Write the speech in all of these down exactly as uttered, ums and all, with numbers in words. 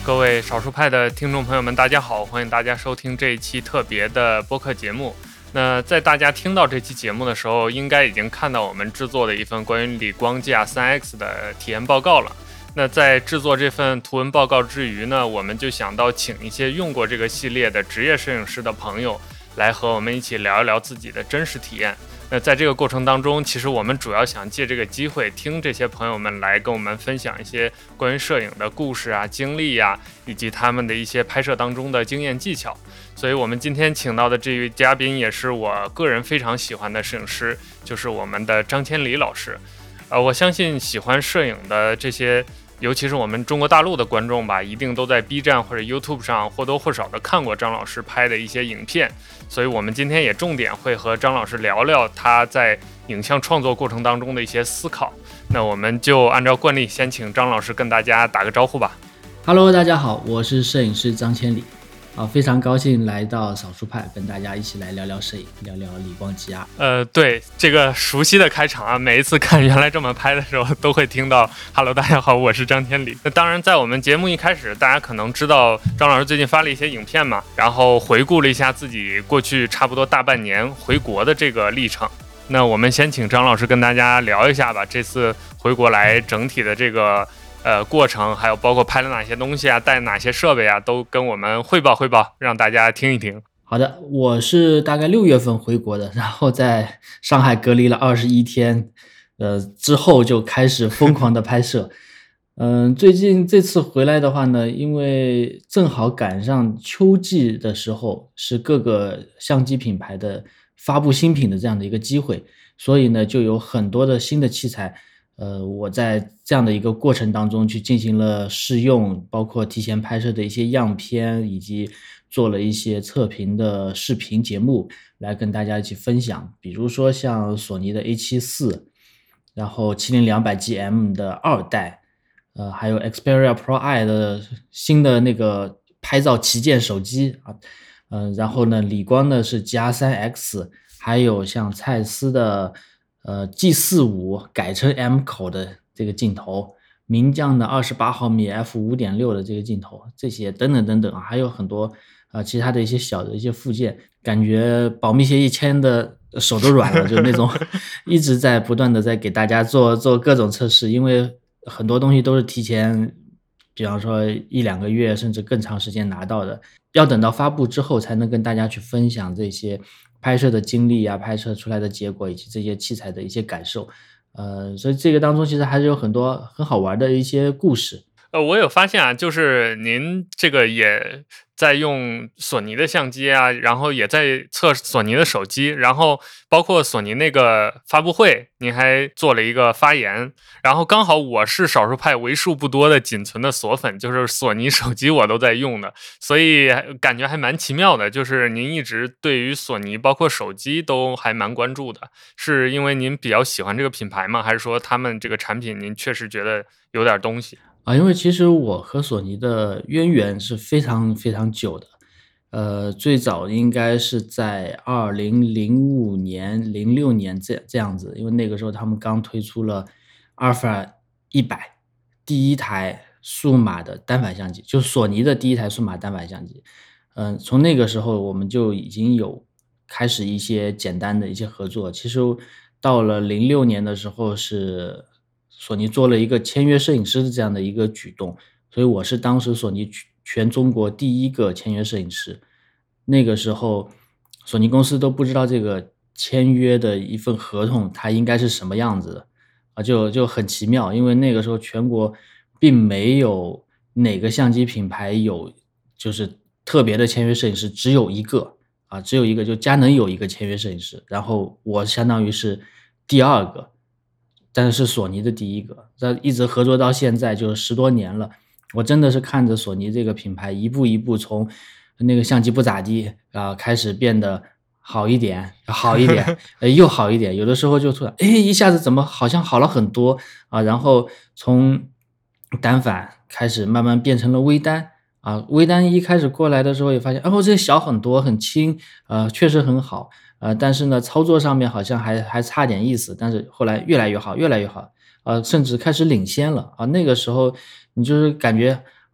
各位少数派的听众朋友们，大家好，欢迎大家收听这一期特别的播客节目。那在大家听到这期节目的时候，应该已经看到我们制作的一份关于理光 G R 三 X 的体验报告了。那在制作这份图文报告之余呢，我们就想到请一些用过这个系列的职业摄影师的朋友来和我们一起聊一聊自己的真实体验。那在这个过程当中，其实我们主要想借这个机会听这些朋友们来跟我们分享一些关于摄影的故事啊、经历啊，以及他们的一些拍摄当中的经验技巧。所以我们今天请到的这位嘉宾也是我个人非常喜欢的摄影师，就是我们的张千里老师。呃，我相信喜欢摄影的这些尤其是我们中国大陆的观众吧，一定都在 B 站或者 YouTube 上或多或少的看过张老师拍的一些影片，所以我们今天也重点会和张老师聊聊他在影像创作过程当中的一些思考。那我们就按照惯例，先请张老师跟大家打个招呼吧。 Hello， 大家好，我是摄影师张千里，啊，非常高兴来到少数派，跟大家一起来聊聊摄影，聊聊理光 G R。 呃，对，这个熟悉的开场啊，每一次看原来这么拍的时候，都会听到 “Hello， 大家好，我是张千里”。那当然，在我们节目一开始，大家可能知道张老师最近发了一些影片嘛，然后回顾了一下自己过去差不多大半年回国的这个历程。那我们先请张老师跟大家聊一下吧，这次回国来整体的这个呃，过程，还有包括拍了哪些东西啊，带哪些设备啊，都跟我们汇报汇报，让大家听一听。 好的，我是大概六月份回国的，然后在上海隔离了二十一天，呃，之后就开始疯狂的拍摄。嗯、呃，最近这次回来的话呢，因为正好赶上秋季的时候，是各个相机品牌的发布新品的这样的一个机会，所以呢，就有很多的新的器材。呃，我在这样的一个过程当中去进行了试用，包括提前拍摄的一些样片，以及做了一些测评的视频节目来跟大家一起分享。比如说像索尼的 A 七十四， 然后七零两百 G M 的二代，呃，还有 Xperia Pro I 的新的那个拍照旗舰手机啊，嗯、呃，然后呢，理光的是 G R 三 X， 还有像蔡司的呃 G 四十五 改成 M 口的这个镜头，名将的二十八毫米 F 五点六 的这个镜头，这些等等等等啊，还有很多呃其他的一些小的一些附件，感觉保密协议签的手都软了，就那种一直在不断的在给大家做做各种测试，因为很多东西都是提前，比方说一两个月甚至更长时间拿到的，要等到发布之后才能跟大家去分享这些拍摄的经历啊，拍摄出来的结果以及这些器材的一些感受。呃，所以这个当中其实还是有很多很好玩的一些故事。 呃，我有发现啊，就是您这个也在用索尼的相机啊，然后也在测索尼的手机，然后包括索尼那个发布会，您还做了一个发言。然后刚好我是少数派为数不多的仅存的索粉，就是索尼手机我都在用的，所以感觉还蛮奇妙的。就是您一直对于索尼包括手机都还蛮关注的，是因为您比较喜欢这个品牌吗？还是说他们这个产品您确实觉得有点东西？ 啊，因为其实我和索尼的渊源是非常非常久的，呃，最早应该是在二零零五年、零六年这这样子，因为那个时候他们刚推出了阿尔法一百，第一台数码的单反相机，就索尼的第一台数码单反相机。嗯、呃，从那个时候我们就已经有开始一些简单的一些合作。其实到了零六年的时候是索尼做了一个签约摄影师的这样的一个举动，所以我是当时索尼全中国第一个签约摄影师。那个时候索尼公司都不知道这个签约的一份合同它应该是什么样子的啊，就就很奇妙，因为那个时候全国并没有哪个相机品牌有就是特别的签约摄影师，只有一个啊，只有一个，就佳能有一个签约摄影师，然后我相当于是第二个，但是索尼的第一个，这一直合作到现在就十多年了。我真的是看着索尼这个品牌一步一步从那个相机不咋地啊，开始变得好一点，好一点，呃，又好一点。有的时候就突然，哎，一下子怎么好像好了很多啊？然后从单反开始慢慢变成了微单啊，微单一开始过来的时候也发现，哦，这小很多，很轻，呃，确实很好。呃，但是呢，操作上面好像还还差点意思，但是后来越来越好，越来越好，呃，甚至开始领先了啊。那个时候你就是感觉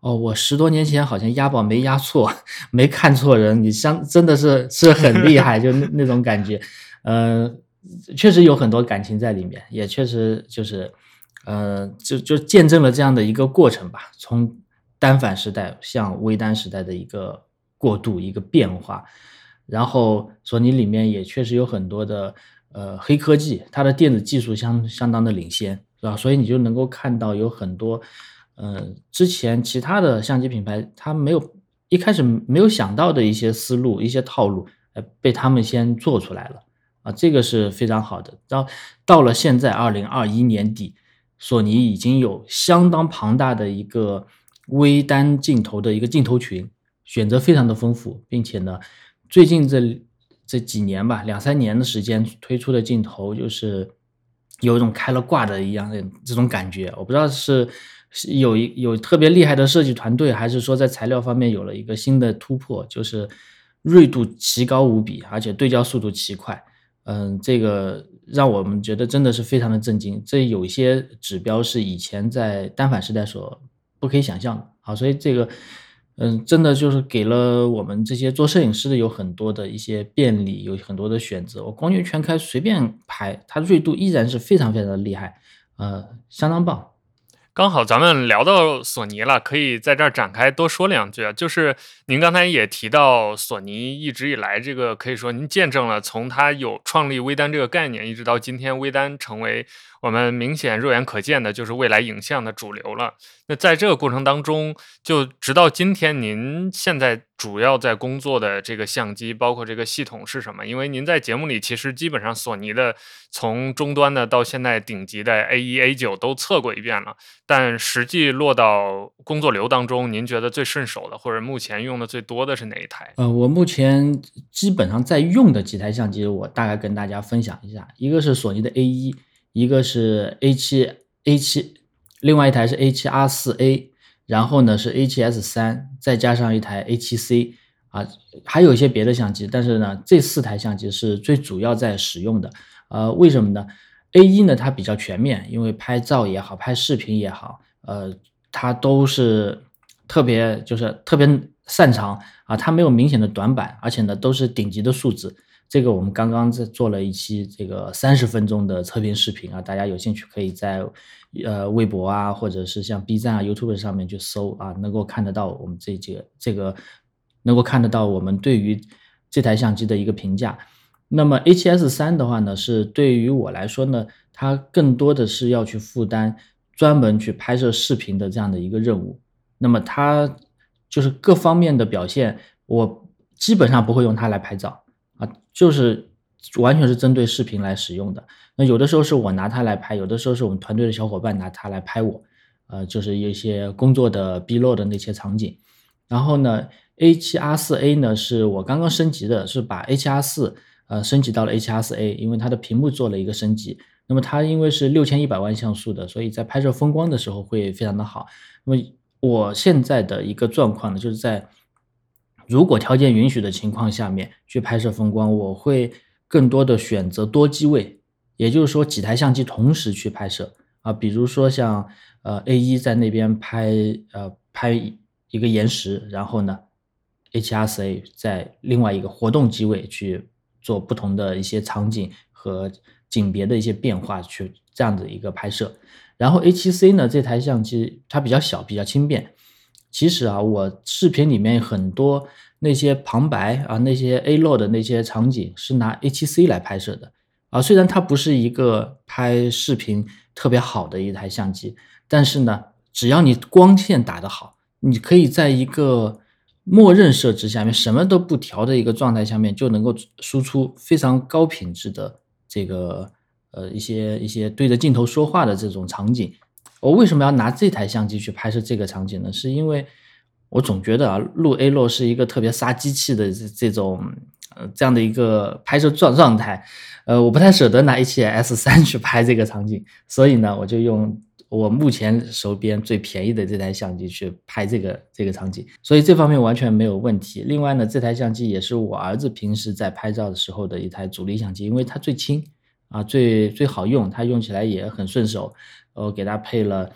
哦，我十多年前好像押宝没押错，没看错人，你相真的是是很厉害，就那那种感觉。呃，确实有很多感情在里面，也确实就是，呃，就就见证了这样的一个过程吧，从单反时代向微单时代的一个过渡，一个变化。然后索尼里面也确实有很多的，呃，黑科技，它的电子技术相相当的领先，是吧？所以你就能够看到有很多，呃，之前其他的相机品牌，它没有一开始没有想到的一些思路、一些套路，呃，被他们先做出来了，啊，这个是非常好的。到到了现在二零二一年底，索尼已经有相当庞大的一个微单镜头的一个镜头群，选择非常的丰富，并且呢，最近这这几年吧两三年的时间推出的镜头就是有一种开了挂的一样的这种感觉。我不知道是是有一有特别厉害的设计团队，还是说在材料方面有了一个新的突破，就是锐度奇高无比，而且对焦速度奇快。嗯，这个让我们觉得真的是非常的震惊，这有一些指标是以前在单反时代所不可以想象的。啊，所以这个，嗯，真的就是给了我们这些做摄影师的有很多的一些便利，有很多的选择。我光圈全开随便拍，它锐度依然是非常非常的厉害，呃，相当棒。 刚好咱们聊到索尼了，可以在这儿展开多说两句啊。就是您刚才也提到，索尼一直以来这个可以说您见证了从它有创立微单这个概念，一直到今天微单成为我们明显肉眼可见的就是未来影像的主流了。那在这个过程当中，就直到今天，您现在主要在工作的这个相机，包括这个系统是什么？因为您在节目里其实基本上索尼的从中端的到现在顶级的 A 一、A 九 都测过一遍了。但实际落到工作流当中，您觉得最顺手的，或者目前用的最多的是哪一台？ 呃，我目前基本上在用的几台相机，我大概跟大家分享一下。一个是索尼的 A 一，一个是 A 七 A 七，另外一台是 A 七 R 四 A，然后呢是 A 七 S 三，再加上一台 A 七 C，啊，还有一些别的相机，但是呢，这四台相机是最主要在使用的。呃，为什么呢？A 一呢，它比较全面，因为拍照也好，拍视频也好，呃，它都是特别就是特别擅长啊，它没有明显的短板，而且呢都是顶级的数字。这个我们刚刚在做了一期这个三十分钟的测评视频啊，大家有兴趣可以在呃微博啊，或者是像 B 站啊、YouTube 上面去搜啊，能够看得到我们这几个这个能够看得到我们对于这台相机的一个评价。那么 A 七 S 三 的话呢，是对于我来说呢，它更多的是要去负担专门去拍摄视频的这样的一个任务。那么它就是各方面的表现，我基本上不会用它来拍照，啊，就是完全是针对视频来使用的。那有的时候是我拿它来拍，有的时候是我们团队的小伙伴拿它来拍我，呃，就是一些工作的 B 漏的那些场景。然后呢 A 七 R 四 A 呢，是我刚刚升级的，是把 A 七 R 四呃，升级到了 A 七 R 四 A，因为它的屏幕做了一个升级。那么它因为是六千一百万像素的，所以在拍摄风光的时候会非常的好。那么我现在的一个状况呢，就是在如果条件允许的情况下面去拍摄风光，我会更多的选择多机位，也就是说几台相机同时去拍摄。啊，比如说像，呃 A 一 在那边拍呃，拍一个延时，然后呢 A 七 R 四 A 在另外一个活动机位去做不同的一些场景和景别的一些变化，去这样的一个拍摄。然后 A 七 C 呢，这台相机它比较小，比较轻便。其实啊，我视频里面很多那些旁白啊，那些 A 漏的那些场景是拿 A 七 C 来拍摄的。啊，虽然它不是一个拍视频特别好的一台相机，但是呢，只要你光线打得好，你可以在一个默认设置下面，什么都不调的一个状态下面，就能够输出非常高品质的这个呃一些一些对着镜头说话的这种场景。我为什么要拿这台相机去拍摄这个场景呢？是因为我总觉得啊，录 A 漏是一个特别杀机器的这这种呃这样的一个拍摄状状态，呃，我不太舍得拿 A 七 S 三 去拍这个场景，所以呢，我就用我目前手边最便宜的这台相机去拍这个这个场景，所以这方面完全没有问题。另外呢，这台相机也是我儿子平时在拍照的时候的一台主力相机，因为它最轻啊，最最好用，它用起来也很顺手。我给它配了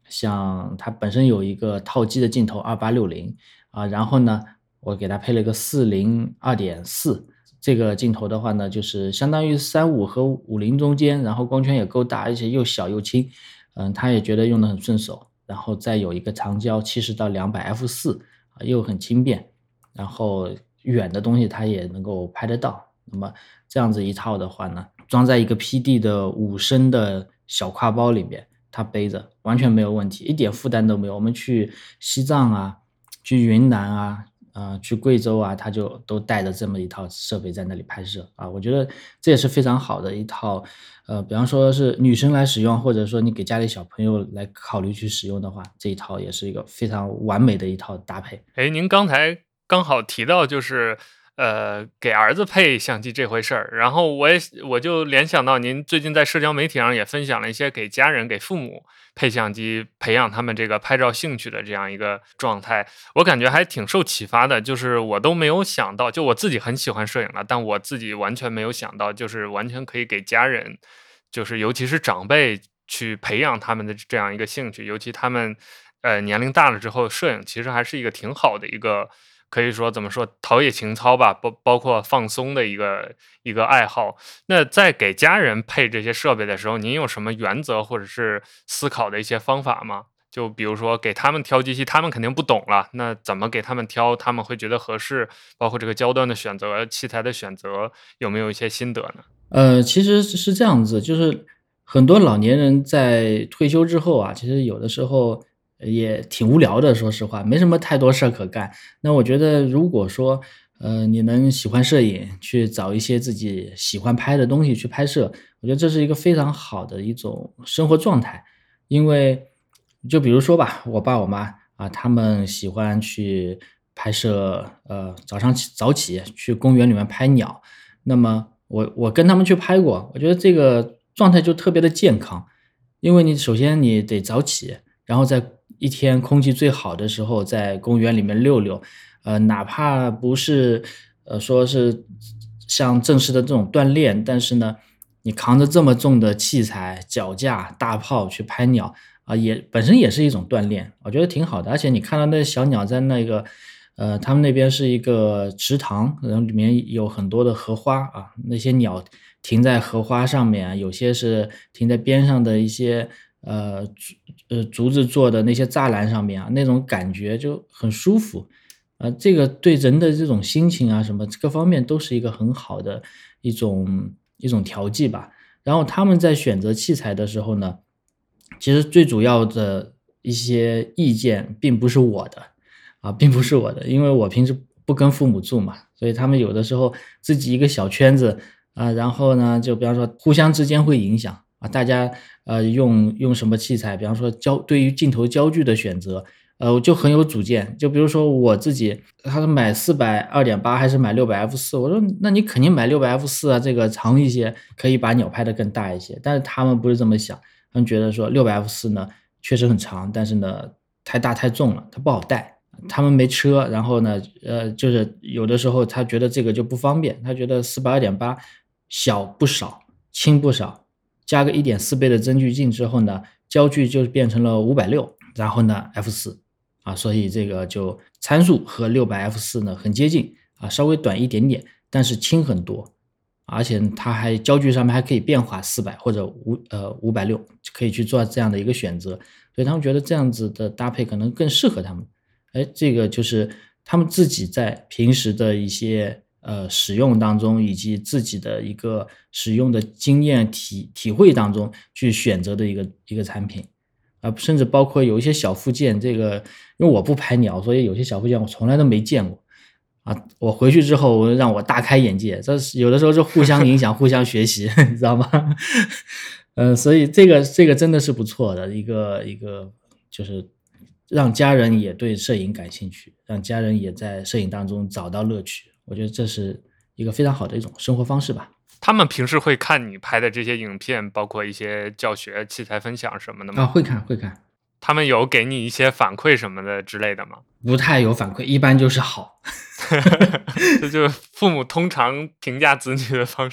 像它本身有一个套机的镜头二八六零啊，然后呢，我给它配了一个四零二点四，这个镜头的话呢，就是相当于三五和五零中间，然后光圈也够大，而且又小又轻，嗯，他也觉得用的很顺手。然后再有一个长焦七十到两百 f 四，啊，又很轻便，然后远的东西它也能够拍得到。那么这样子一套的话呢，装在一个 P D 的五升的小挎包里面，它背着完全没有问题，一点负担都没有。我们去西藏啊，去云南啊，呃，去贵州啊，它就都带着这么一套设备在那里拍摄啊。我觉得这也是非常好的一套，呃，比方说是女生来使用，或者说你给家里小朋友来考虑去使用的话，这一套也是一个非常完美的一套搭配。 哎，您刚才刚好提到就是呃给儿子配相机这回事儿，然后我也我就联想到您最近在社交媒体上也分享了一些给家人、给父母配相机，培养他们这个拍照兴趣的这样一个状态，我感觉还挺受启发的。就是我都没有想到，就我自己很喜欢摄影了，但我自己完全没有想到，就是完全可以给家人，就是尤其是长辈去培养他们的这样一个兴趣，尤其他们呃年龄大了之后，摄影其实还是一个挺好的一个。可以说怎么说陶冶情操吧，包包括放松的一个一个爱好。那在给家人配这些设备的时候，您有什么原则或者是思考的一些方法吗？就比如说给他们挑机器，他们肯定不懂了，那怎么给他们挑，他们会觉得合适？包括这个焦端的选择、器材的选择，有没有一些心得呢？ 呃，其实是这样子，就是很多老年人在退休之后啊，其实有的时候也挺无聊的，说实话，没什么太多事儿可干。那我觉得如果说，呃，你能喜欢摄影，去找一些自己喜欢拍的东西去拍摄，我觉得这是一个非常好的一种生活状态。因为就比如说吧，我爸我妈啊，他们喜欢去拍摄，呃，早上起早起去公园里面拍鸟，那么我我跟他们去拍过，我觉得这个状态就特别的健康。因为你首先你得早起，然后在一天空气最好的时候在公园里面溜溜，呃，哪怕不是，呃，说是像正式的这种锻炼，但是呢，你扛着这么重的器材、脚架、大炮去拍鸟，啊，也本身也是一种锻炼，我觉得挺好的。而且你看到那小鸟在那个呃，他们那边是一个池塘，然后里面有很多的荷花啊，那些鸟停在荷花上面啊，有些是停在边上的一些呃竹呃竹子做的那些栅栏上面啊，那种感觉就很舒服。啊，这个对人的这种心情啊什么各方面都是一个很好的一种一种调剂吧。然后他们在选择器材的时候呢，其实最主要的一些意见并不是我的，啊，并不是我的，因为我平时不跟父母住嘛，所以他们有的时候自己一个小圈子啊，然后呢，就比方说互相之间会影响啊，大家呃用用什么器材，比方说焦对于镜头焦距的选择，呃，就很有主见。就比如说我自己，他说买四百二点八还是买六百 f 四，我说那你肯定买六百 f 四啊，这个长一些，可以把鸟拍得更大一些。但是他们不是这么想，他们觉得说六百 f 四呢确实很长，但是呢太大太重了，它不好带。他们没车，然后呢，呃，就是有的时候他觉得这个就不方便，他觉得四百二点八小不少，轻不少，加个一点四倍的增距镜之后呢，焦距就变成了五百六，然后呢 f 四。啊，所以这个就参数和六百 f 四呢很接近啊，稍微短一点点，但是轻很多，而且它还焦距上面还可以变化四百或者五呃五百六，可以去做这样的一个选择，所以他们觉得这样子的搭配可能更适合他们。哎，这个就是他们自己在平时的一些呃使用当中，以及自己的一个使用的经验体体会当中去选择的一个一个产品。啊，甚至包括有一些小附件，这个因为我不拍鸟，所以有些小附件我从来都没见过。啊，我回去之后让我大开眼界，这是有的时候是互相影响、互相学习，你知道吗？呃，所以这个这个真的是不错的一个一个，就是让家人也对摄影感兴趣，让家人也在摄影当中找到乐趣，我觉得这是一个非常好的一种生活方式吧。 他们平时会看你拍的这些影片，包括一些教学、器材分享什么的啊， 吗？ 会看会看， 他们有给你一些反馈什么的之类的吗？ 不太有反馈，一般就是好。 这就是父母通常评价子女的方式。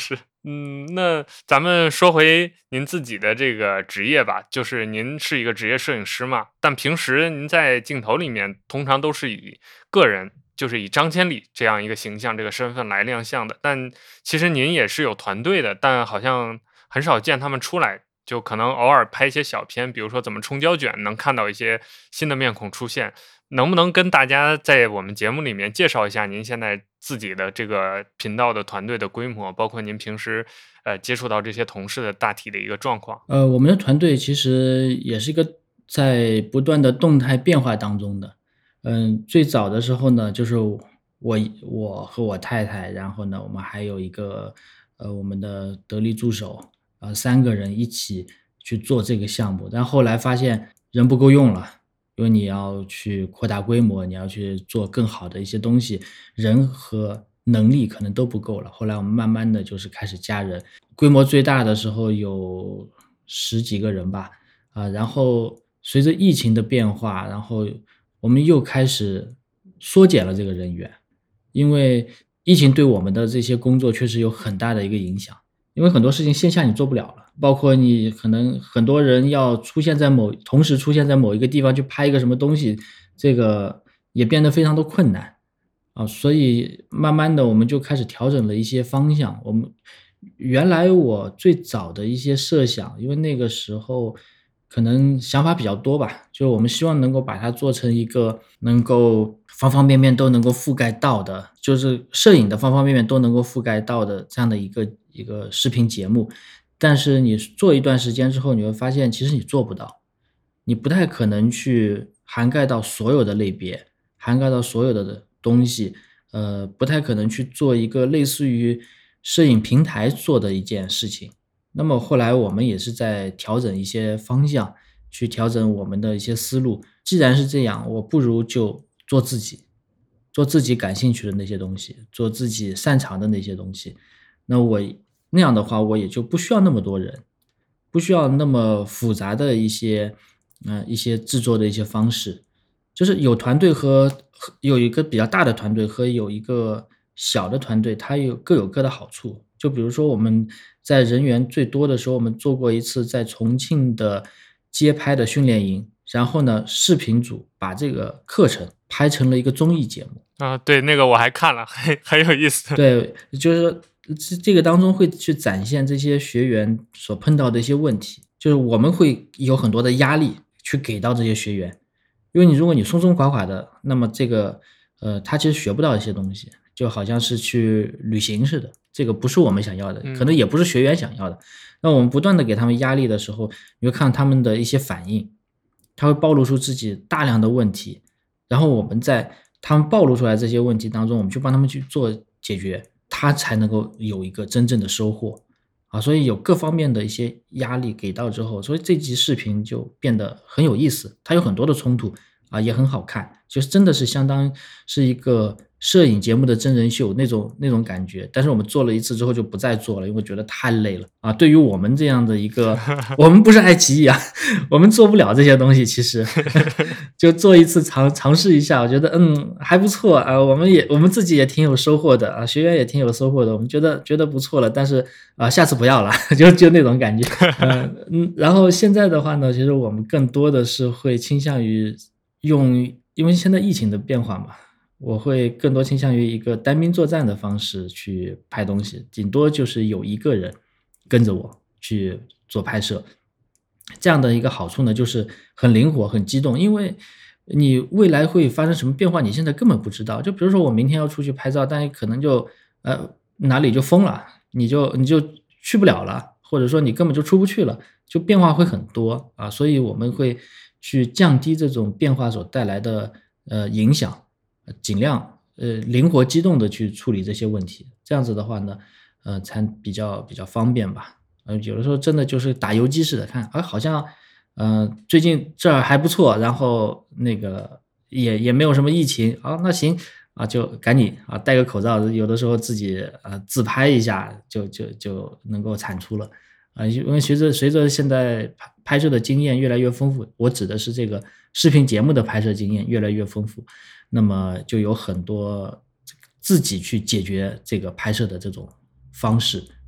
嗯，那咱们说回您自己的这个职业吧，就是您是一个职业摄影师嘛，但平时您在镜头里面通常都是以个人，就是以张千里这样一个形象、这个身份来亮相的。但其实您也是有团队的，但好像很少见他们出来，就可能偶尔拍一些小片，比如说怎么冲胶卷，能看到一些新的面孔出现。能不能跟大家在我们节目里面介绍一下您现在自己的这个频道的团队的规模，包括您平时呃接触到这些同事的大体的一个状况？ 呃，我们的团队其实也是一个在不断的动态变化当中的。嗯，最早的时候呢，就是我我和我太太，然后呢，我们还有一个呃我们的得力助手，呃三个人一起去做这个项目，但后来发现人不够用了，因为你要去扩大规模，你要去做更好的一些东西，人和能力可能都不够了。后来我们慢慢的就是开始加人，规模最大的时候有十几个人吧，啊，然后随着疫情的变化，然后我们又开始缩减了这个人员。因为疫情对我们的这些工作确实有很大的一个影响，因为很多事情线下你做不了了，包括你可能很多人要出现在某同时出现在某一个地方去拍一个什么东西，这个也变得非常的困难。啊，所以慢慢的我们就开始调整了一些方向。我们原来我最早的一些设想，因为那个时候可能想法比较多吧，就是我们希望能够把它做成一个能够方方面面都能够覆盖到的，就是摄影的方方面面都能够覆盖到的这样的一个一个视频节目。但是你做一段时间之后，你会发现其实你做不到，你不太可能去涵盖到所有的类别，涵盖到所有的东西，呃，不太可能去做一个类似于摄影平台做的一件事情。那么后来我们也是在调整一些方向，去调整我们的一些思路。既然是这样，我不如就做自己，做自己感兴趣的那些东西，做自己擅长的那些东西。那我那样的话，我也就不需要那么多人，不需要那么复杂的一些，呃，一些制作的一些方式。就是有团队和和有一个比较大的团队和有一个小的团队，它有各有各的好处。就比如说我们在人员最多的时候，我们做过一次在重庆的街拍的训练营，然后呢，视频组把这个课程拍成了一个综艺节目。 啊，对，那个我还看了，很很有意思。 对，就是说这这个当中会去展现这些学员所碰到的一些问题，就是我们会有很多的压力去给到这些学员。因为你如果你松松垮垮的，那么这个呃，他其实学不到一些东西，就好像是去旅行似的，这个不是我们想要的，可能嗯。 也不是学员想要的。那我们不断的给他们压力的时候，你会看他们的一些反应，他会暴露出自己大量的问题，然后我们在他们暴露出来这些问题当中，我们去帮他们去做解决，他才能够有一个真正的收获。啊，所以有各方面的一些压力给到之后，所以这集视频就变得很有意思，它有很多的冲突，啊，也很好看，就是真的是相当是一个摄影节目的真人秀那种那种感觉。但是我们做了一次之后就不再做了，因为觉得太累了。啊，对于我们这样的一个我们不是爱奇艺啊，我们做不了这些东西，其实就做一次尝尝试一下，我觉得嗯还不错啊，我们也我们自己也挺有收获的啊，学员也挺有收获的，我们觉得觉得不错了，但是啊下次不要了，就就那种感觉。呃嗯，然后现在的话呢，其实我们更多的是会倾向于用，因为现在疫情的变化嘛，我会更多倾向于一个单兵作战的方式去拍东西，顶多就是有一个人跟着我去做拍摄。这样的一个好处呢，就是很灵活、很机动，因为你未来会发生什么变化，你现在根本不知道。就比如说我明天要出去拍照，但可能就呃哪里就封了，你就你就去不了了，或者说你根本就出不去了，就变化会很多啊。所以我们会去降低这种变化所带来的呃影响，呃尽量呃灵活机动的去处理这些问题。这样子的话呢，呃才比较比较方便吧。呃，有的时候真的就是打游击似的，看，哎，好像，呃，最近这儿还不错，然后那个也也没有什么疫情，啊，那行，啊，就赶紧啊戴个口罩，有的时候自己呃自拍一下，就就就能够产出了。啊，因为随着随着现在拍拍摄的经验越来越丰富，我指的是这个视频节目的拍摄经验越来越丰富，那么就有很多自己去解决这个拍摄的这种方式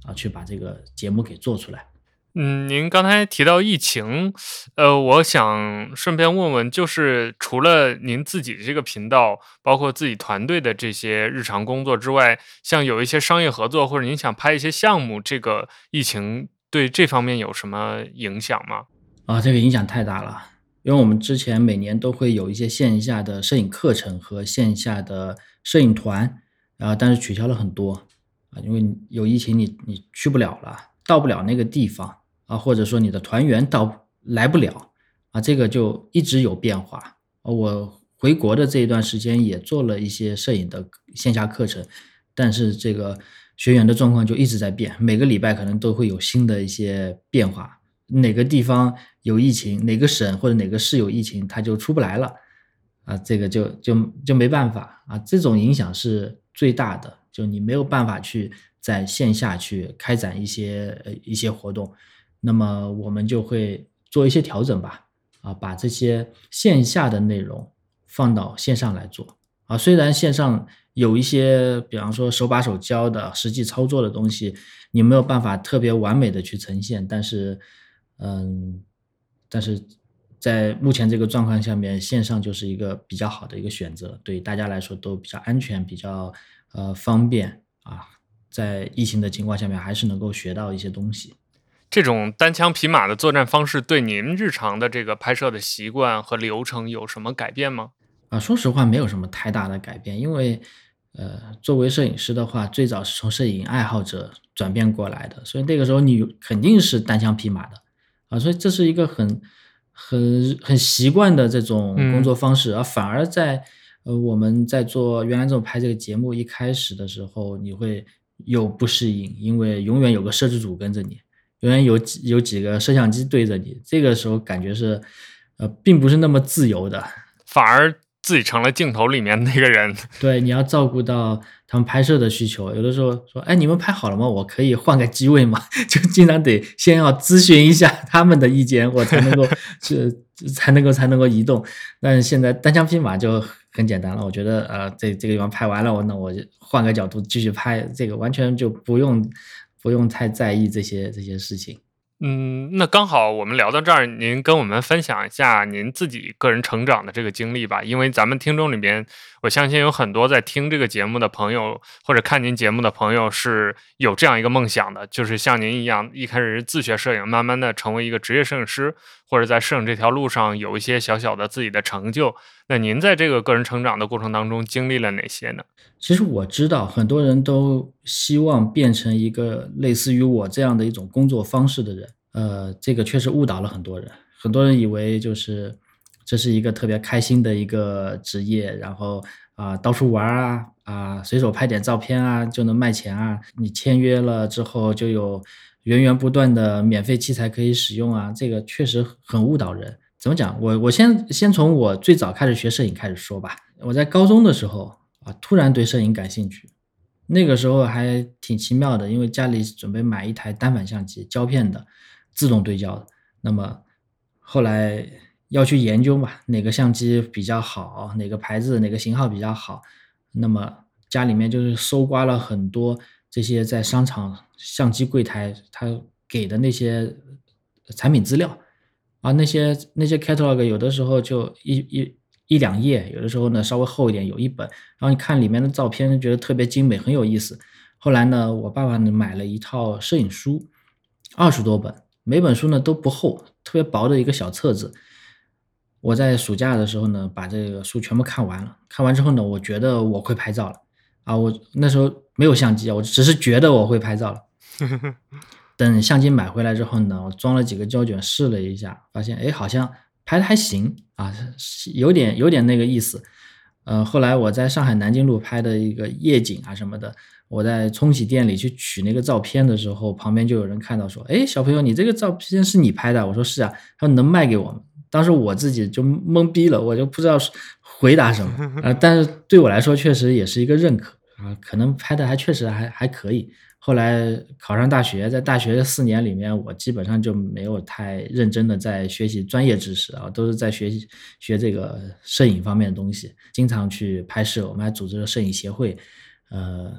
啊，去把这个节目给做出来。 嗯，您刚才提到疫情，呃，我想顺便问问，就是除了您自己这个频道，包括自己团队的这些日常工作之外，像有一些商业合作，或者您想拍一些项目，这个疫情对这方面有什么影响吗？ 啊，这个影响太大了，因为我们之前每年都会有一些线下的摄影课程和线下的摄影团，啊，但是取消了很多，啊，因为有疫情你你去不了了，到不了那个地方，啊，或者说你的团员到来不了，啊，这个就一直有变化。啊，我回国的这一段时间也做了一些摄影的线下课程，但是这个学员的状况就一直在变，每个礼拜可能都会有新的一些变化。哪个地方有疫情，哪个省或者哪个市有疫情，他就出不来了，啊，这个就就就没办法啊，这种影响是最大的，就你没有办法去在线下去开展一些呃一些活动，那么我们就会做一些调整吧，啊，把这些线下的内容放到线上来做，啊，虽然线上有一些，比方说手把手教的实际操作的东西，你没有办法特别完美的去呈现，但是嗯，但是在目前这个状况下面，线上就是一个比较好的一个选择，对大家来说都比较安全，比较呃方便啊，在疫情的情况下面还是能够学到一些东西。 这种单枪匹马的作战方式对您日常的这个拍摄的习惯和流程有什么改变吗？ 啊，说实话没有什么太大的改变，因为，呃，作为摄影师的话，最早是从摄影爱好者转变过来的，所以那个时候你肯定是单枪匹马的，啊，所以这是一个很很很习惯的这种工嗯。 作方式，而反而在呃我们在做原来这种拍这个节目一开始的时候，你会有不适应，因为永远有个摄制组跟着你，永远有几有几个摄像机对着你，这个时候感觉是，呃，并不是那么自由的。 反而自己成了镜头里面那个人。 对，你要照顾到他们拍摄的需求，有的时候说：“哎，你们拍好了吗？我可以换个机位吗？”就经常得先要咨询一下他们的意见，我才能够是才能够才能够移动。但是现在单枪匹马就很简单了，我觉得，呃，这这个地方拍完了，我那我就换个角度继续拍，这个完全就不用不用太在意这些这些事情。 嗯，那刚好我们聊到这儿，您跟我们分享一下您自己个人成长的这个经历吧。因为咱们听众里边，我相信有很多在听这个节目的朋友，或者看您节目的朋友是有这样一个梦想的，就是像您一样，一开始是自学摄影，慢慢的成为一个职业摄影师，或者在摄影这条路上有一些小小的自己的成就。那您在这个个人成长的过程当中经历了哪些呢？ 其实我知道很多人都希望变成一个类似于我这样的一种工作方式的人，呃，这个确实误导了很多人。很多人以为就是这是一个特别开心的一个职业，然后啊、到处玩儿啊啊、随手拍点照片啊就能卖钱啊，你签约了之后就有源源不断的免费器材可以使用啊，这个确实很误导人。怎么讲？我我先先从我最早开始学摄影开始说吧。我在高中的时候啊，突然对摄影感兴趣，那个时候还挺奇妙的，因为家里准备买一台单反相机，胶片的，自动对焦的。那么后来要去研究嘛，哪个相机比较好，哪个牌子、哪个型号比较好。那么家里面就是搜刮了很多这些在商场相机柜台他给的那些产品资料，啊，那些那些 catalog 有的时候就一一一两页，有的时候呢稍微厚一点，有一本，然后你看里面的照片觉得特别精美，很有意思。后来呢，我爸爸呢买了一套摄影书，二十多本，每本书呢都不厚，特别薄的一个小册子。我在暑假的时候呢，把这个书全部看完了，看完之后呢，我觉得我会拍照了。啊，我那时候没有相机啊，我只是觉得我会拍照了。等相机买回来之后呢，我装了几个胶卷试了一下，发现哎，好像拍的还行啊，是有点有点那个意思。呃，后来我在上海南京路拍的一个夜景啊什么的，我在冲洗店里去取那个照片的时候，旁边就有人看到说：“哎，小朋友，你这个照片是你拍的？”我说：“是啊。”他说：“能卖给我吗？”当时我自己就懵逼了，我就不知道是回答什么。呃，但是对我来说确实也是一个认可啊，可能拍的还确实还还可以。后来考上大学，在大学的四年里面，我基本上就没有太认真的在学习专业知识啊，都是在学习学这个摄影方面的东西，经常去拍摄，我们还组织了摄影协会，呃，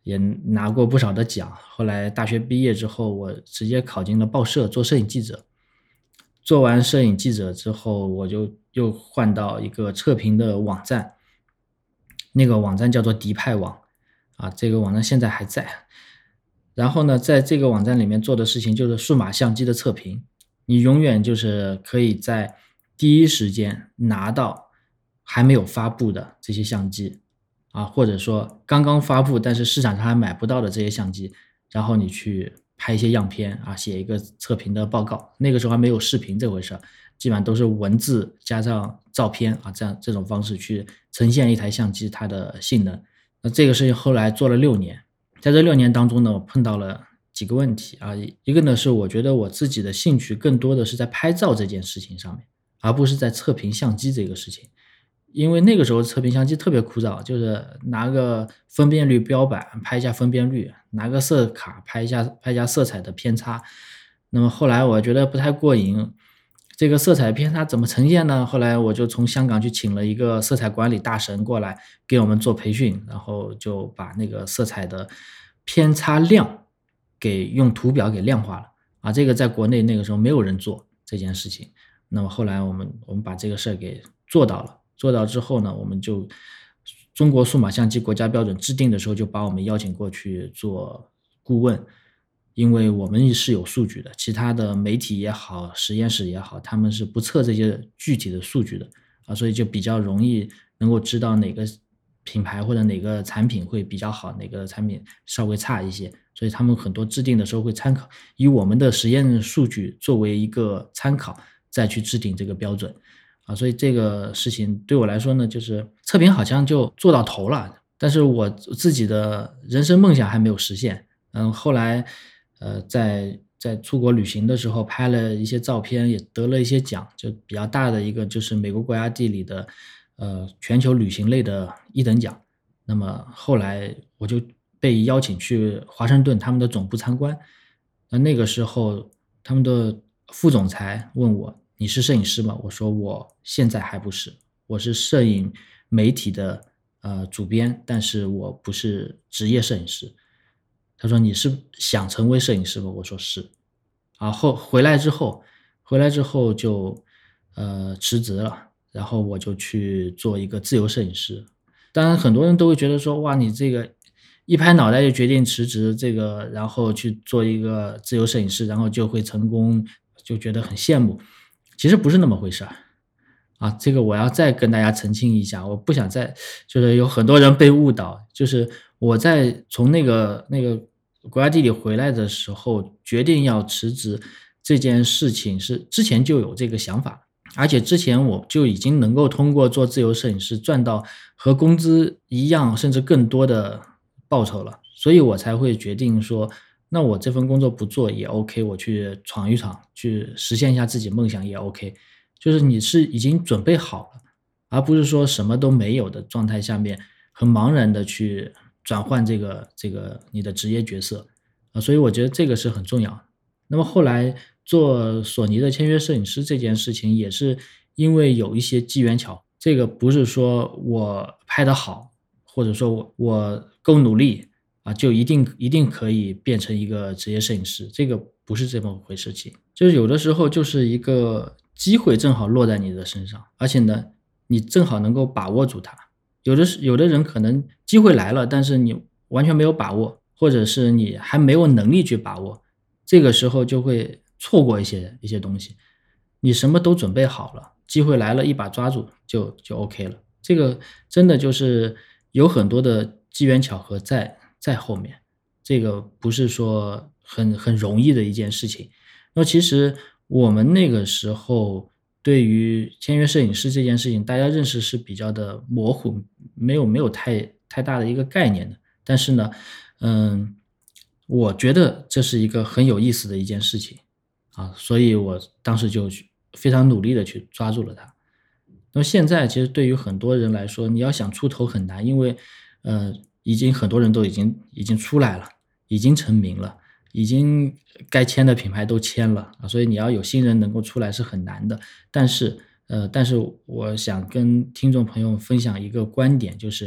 也拿过不少的奖。后来大学毕业之后，我直接考进了报社做摄影记者。做完摄影记者之后，我就又换到一个测评的网站，那个网站叫做迪派网啊，这个网站现在还在。然后呢，在这个网站里面做的事情就是数码相机的测评，你永远就是可以在第一时间拿到还没有发布的这些相机啊，或者说刚刚发布但是市场上还买不到的这些相机，然后你去拍一些样片啊，写一个测评的报告。那个时候还没有视频这回事儿，基本上都是文字加上照片啊，这样这种方式去呈现一台相机它的性能。那这个事情后来做了六年，在这六年当中呢，我碰到了几个问题啊。一个呢是我觉得我自己的兴趣更多的是在拍照这件事情上面，而不是在测评相机这个事情。因为那个时候测评相机特别枯燥，就是拿个分辨率标板拍一下分辨率，拿个色卡拍一下拍一下色彩的偏差。那么后来我觉得不太过瘾，这个色彩偏差怎么呈现呢？后来我就从香港去请了一个色彩管理大神过来给我们做培训，然后就把那个色彩的偏差量给用图表给量化了啊。这个在国内那个时候没有人做这件事情。那么后来我们我们把这个事儿给做到了。做到之后呢，我们就中国数码相机国家标准制定的时候，就把我们邀请过去做顾问。因为我们是有数据的，其他的媒体也好，实验室也好，他们是不测这些具体的数据的啊，所以就比较容易能够知道哪个品牌或者哪个产品会比较好，哪个产品稍微差一些。所以他们很多制定的时候会参考以我们的实验数据作为一个参考，再去制定这个标准。啊，所以这个事情对我来说呢，就是测评好像就做到头了，但是我自己的人生梦想还没有实现。嗯，后来，呃，在在出国旅行的时候拍了一些照片，也得了一些奖，就比较大的一个就是美国国家地理的，呃，全球旅行类的一等奖。那么后来我就被邀请去华盛顿他们的总部参观，那那个时候他们的副总裁问我，你是摄影师吗？我说我现在还不是，我是摄影媒体的呃主编，但是我不是职业摄影师。他说你是想成为摄影师吗？我说是。啊，后回来之后，回来之后就呃辞职了，然后我就去做一个自由摄影师。当然很多人都会觉得说，哇，你这个一拍脑袋就决定辞职，这个然后去做一个自由摄影师，然后就会成功，就觉得很羡慕。其实不是那么回事儿。啊，这个我要再跟大家澄清一下，我不想再就是有很多人被误导，就是我在从那个那个国家地理回来的时候，决定要辞职这件事情是之前就有这个想法，而且之前我就已经能够通过做自由摄影师赚到和工资一样甚至更多的报酬了，所以我才会决定说，那我这份工作不做也 OK， 我去闯一闯，去实现一下自己梦想也 OK。就是你是已经准备好了，而不是说什么都没有的状态下面，很茫然的去转换这个这个你的职业角色。啊，所以我觉得这个是很重要。那么后来做索尼的签约摄影师这件事情，也是因为有一些机缘巧合，这个不是说我拍得好，或者说我我够努力啊，就一定一定可以变成一个职业摄影师，这个不是这么回事情。就是有的时候就是一个机会正好落在你的身上，而且呢，你正好能够把握住它。有的是有的人可能机会来了，但是你完全没有把握，或者是你还没有能力去把握，这个时候就会错过一些一些东西。你什么都准备好了，机会来了一把抓住就就 OK 了。这个真的就是有很多的机缘巧合在在后面，这个不是说很很容易的一件事情。那其实我们那个时候对于签约摄影师这件事情，大家认识是比较的模糊，没有没有太太大的一个概念的。但是呢，嗯，我觉得这是一个很有意思的一件事情啊，所以我当时就非常努力的去抓住了它。那么现在其实对于很多人来说，你要想出头很难，因为呃，已经很多人都已经已经出来了，已经成名了。已经该签的品牌都签了啊，所以你要有新人能够出来是很难的。但是，呃，但是我想跟听众朋友分享一个观点，就是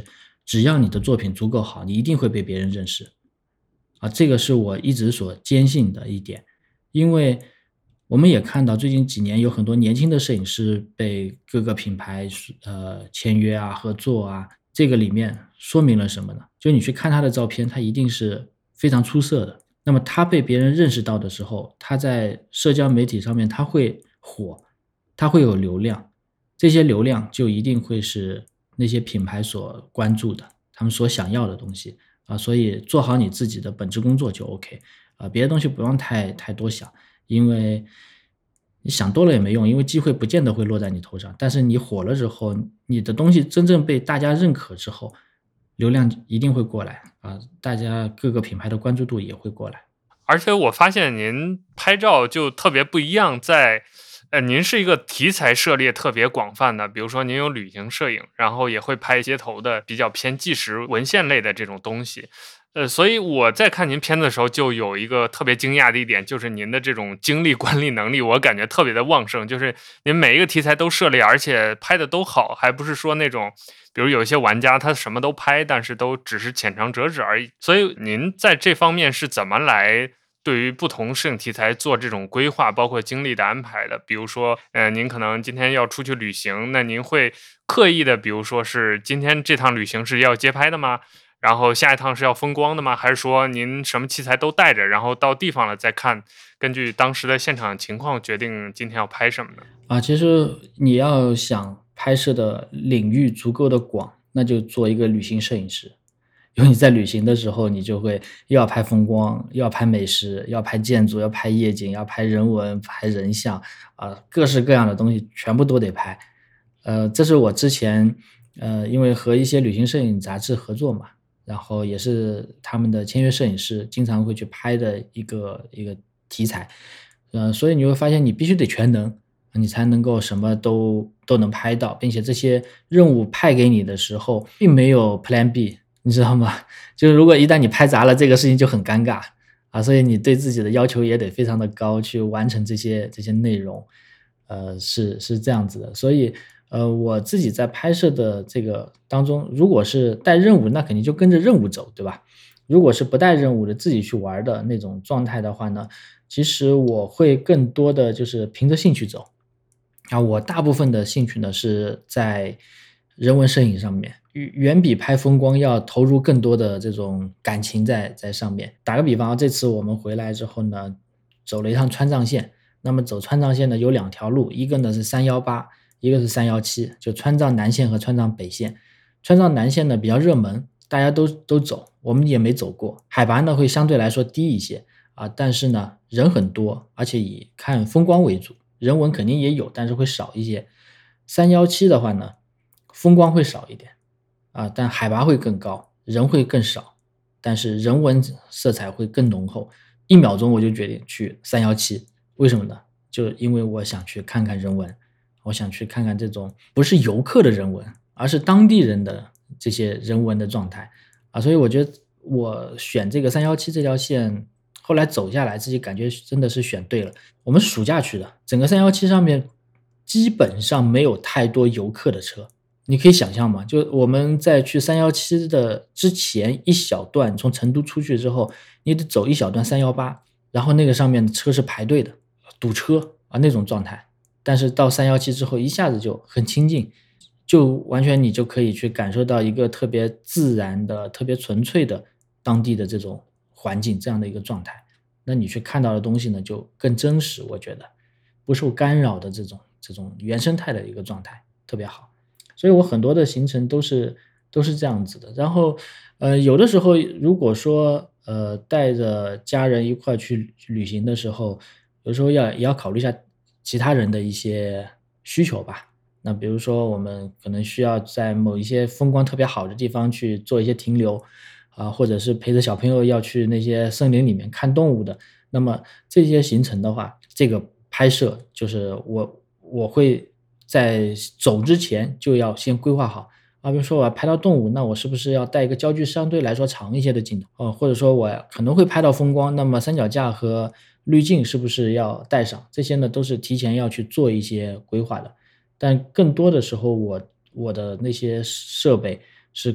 只要你的作品足够好，你一定会被别人认识。啊，这个是我一直所坚信的一点。因为我们也看到最近几年有很多年轻的摄影师被各个品牌呃签约啊、合作啊，这个里面说明了什么呢？就你去看他的照片，他一定是非常出色的。那么他被别人认识到的时候，他在社交媒体上面他会火，他会有流量，这些流量就一定会是那些品牌所关注的，他们所想要的东西啊。所以做好你自己的本职工作就 OK 啊，别的东西不用太太多想，因为你想多了也没用，因为机会不见得会落在你头上。但是你火了之后，你的东西真正被大家认可之后，流量一定会过来啊，大家各个品牌的关注度也会过来。 而且我发现您拍照就特别不一样，在呃，您是一个题材涉猎特别广泛的，比如说您有旅行摄影，然后也会拍街头的比较偏纪实文献类的这种东西。呃，所以我在看您片子的时候，就有一个特别惊讶的一点，就是您的这种精力管理能力，我感觉特别的旺盛。就是您每一个题材都涉猎，而且拍的都好，还不是说那种，比如有一些玩家他什么都拍，但是都只是浅尝辄止而已。所以您在这方面是怎么来对于不同摄影题材做这种规划，包括精力的安排的？比如说，呃，您可能今天要出去旅行，那您会刻意的，比如说是今天这趟旅行是要街拍的吗？然后下一趟是要风光的吗？还是说您什么器材都带着，然后到地方了再看，根据当时的现场情况决定今天要拍什么呢？ 啊，其实你要想拍摄的领域足够的广，那就做一个旅行摄影师。因为你在旅行的时候，你就会又要拍风光，又要拍美食，要拍建筑，要拍夜景，要拍人文，拍人像，啊，各式各样的东西全部都得拍。呃，这是我之前呃，因为和一些旅行摄影杂志合作嘛，然后也是他们的签约摄影师经常会去拍的一个一个题材。呃，所以你会发现你必须得全能，你才能够什么都都能拍到，并且这些任务派给你的时候，并没有 Plan B，你知道吗？就是如果一旦你拍砸了，这个事情就很尴尬啊，所以你对自己的要求也得非常的高，去完成这些这些内容。呃，是是这样子的。所以呃，我自己在拍摄的这个当中，如果是带任务，那肯定就跟着任务走，对吧？如果是不带任务的，自己去玩的那种状态的话呢，其实我会更多的就是凭着兴趣走。啊，我大部分的兴趣呢是在人文摄影上面，远远比拍风光要投入更多的这种感情在在上面。打个比方啊，这次我们回来之后呢，走了一趟川藏线。那么走川藏线呢有两条路，一个呢是三一八，一个是三一七，就川藏南线和川藏北线。川藏南线呢比较热门，大家都都走，我们也没走过，海拔呢会相对来说低一些啊，但是呢人很多，而且以看风光为主，人文肯定也有，但是会少一些。三一七的话呢，风光会少一点啊，但海拔会更高，人会更少，但是人文色彩会更浓厚。一秒钟我就决定去三一七，为什么呢？就因为我想去看看人文，我想去看看这种不是游客的人文，而是当地人的这些人文的状态啊。所以我觉得我选这个三一七这条线，后来走下来自己感觉真的是选对了。我们暑假去的，整个三一七上面基本上没有太多游客的车。你可以想象吗？就我们在去三一七的之前一小段，从成都出去之后，你得走一小段三一八，然后那个上面的车是排队的，堵车啊那种状态。但是到三一七之后一下子就很清静，就完全你就可以去感受到一个特别自然的、特别纯粹的当地的这种环境，这样的一个状态。那你去看到的东西呢，就更真实，我觉得不受干扰的这种这种原生态的一个状态，特别好。所以我很多的行程都是都是这样子的。然后呃，有的时候如果说呃带着家人一块去去旅行的时候，有时候要也要考虑一下其他人的一些需求吧。那比如说我们可能需要在某一些风光特别好的地方去做一些停留啊，或者是陪着小朋友要去那些森林里面看动物的。那么这些行程的话，这个拍摄就是我我会在走之前就要先规划好啊。比如说我要拍到动物，那我是不是要带一个焦距相对来说长一些的镜头啊？或者说我可能会拍到风光，那么三脚架和滤镜是不是要带上？这些呢都是提前要去做一些规划的。但更多的时候我我的那些设备是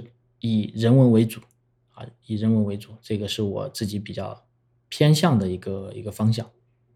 以人文为主啊，以人文为主，这个是我自己比较偏向的一个一个方向。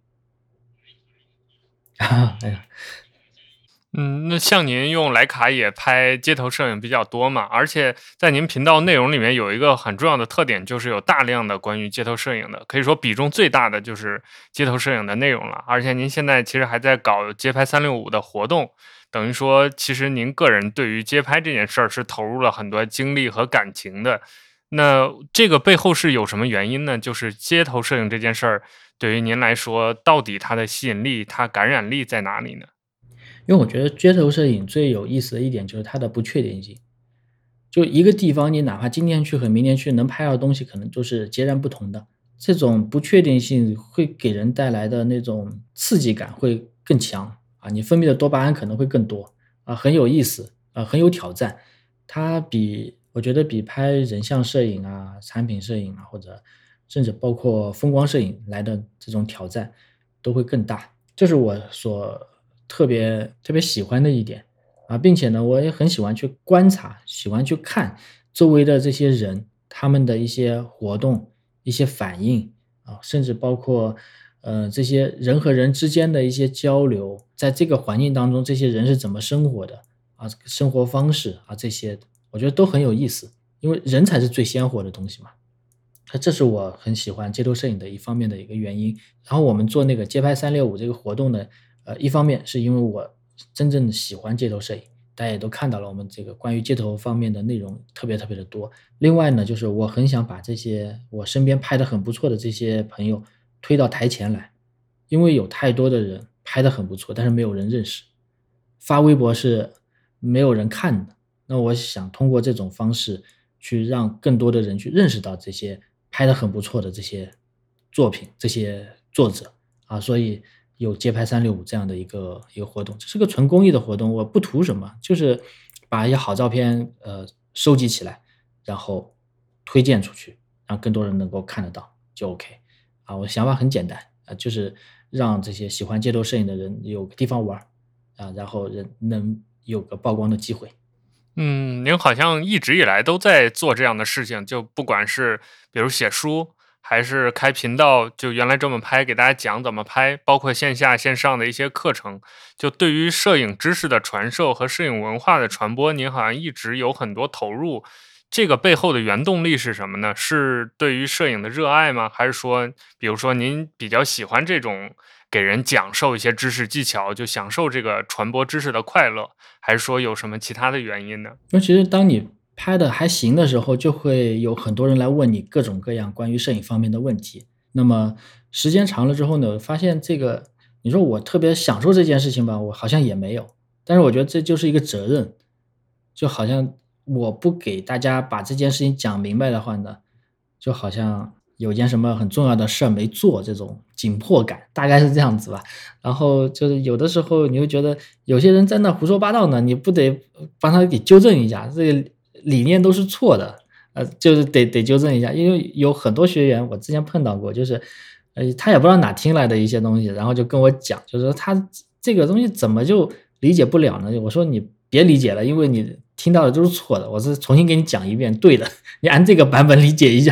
哎呀， 嗯，那像您用徕卡也拍街头摄影比较多嘛，而且在您频道内容里面有一个很重要的特点，就是有大量的关于街头摄影的，可以说比重最大的就是街头摄影的内容了。而且您现在其实还在搞街拍三六五的活动，等于说其实您个人对于街拍这件事儿是投入了很多精力和感情的。那这个背后是有什么原因呢？就是街头摄影这件事儿对于您来说，到底它的吸引力、它感染力在哪里呢？ 因为我觉得街头摄影最有意思的一点就是它的不确定性。就一个地方，你哪怕今天去和明天去能拍到的东西可能就是截然不同的。这种不确定性会给人带来的那种刺激感会更强啊，你分泌的多巴胺可能会更多啊，很有意思啊，很有挑战。它比我觉得比拍人像摄影啊、产品摄影啊，或者甚至包括风光摄影来的这种挑战都会更大，这是我所特别特别喜欢的一点。啊，并且呢，我也很喜欢去观察，喜欢去看周围的这些人，他们的一些活动、一些反应啊，甚至包括呃这些人和人之间的一些交流，在这个环境当中，这些人是怎么生活的啊，生活方式啊这些，我觉得都很有意思，因为人才是最鲜活的东西嘛。那这是我很喜欢街头摄影的一方面的一个原因。然后我们做那个街拍三六五这个活动呢，呃，一方面是因为我真正的喜欢街头摄影，大家也都看到了我们这个关于街头方面的内容特别特别的多。另外呢，就是我很想把这些我身边拍的很不错的这些朋友推到台前来，因为有太多的人拍的很不错，但是没有人认识，发微博是没有人看的。那我想通过这种方式去让更多的人去认识到这些拍的很不错的这些作品，这些作者啊，所以有街拍三六五这样的一个一个活动，这是个纯公益的活动，我不图什么，就是把一些好照片呃收集起来，然后推荐出去，让更多人能够看得到，就 OK 啊。我的想法很简单啊，就是让这些喜欢街头摄影的人有个地方玩儿啊，然后人能有个曝光的机会。 嗯，您好像一直以来都在做这样的事情，就不管是比如写书，还是开频道，就原来这么拍，给大家讲怎么拍，包括线下线上的一些课程，就对于摄影知识的传授和摄影文化的传播，您好像一直有很多投入。这个背后的原动力是什么呢？是对于摄影的热爱吗？还是说，比如说您比较喜欢这种给人讲授一些知识技巧，就享受这个传播知识的快乐？还是说有什么其他的原因呢？ 那其实当你拍的还行的时候，就会有很多人来问你各种各样关于摄影方面的问题。那么时间长了之后呢，发现这个你说我特别享受这件事情吧，我好像也没有。但是我觉得这就是一个责任，就好像我不给大家把这件事情讲明白的话呢，就好像有件什么很重要的事儿没做，这种紧迫感，大概是这样子吧。然后就是有的时候你会觉得有些人在那胡说八道呢，你不得帮他给纠正一下，这个理念都是错的，呃，就是得得纠正一下。因为有很多学员我之前碰到过，就是呃，他也不知道哪听来的一些东西，然后就跟我讲，就是说他这个东西怎么就理解不了呢？我说你别理解了，因为你听到的都是错的，我是重新给你讲一遍对的，你按这个版本理解一下。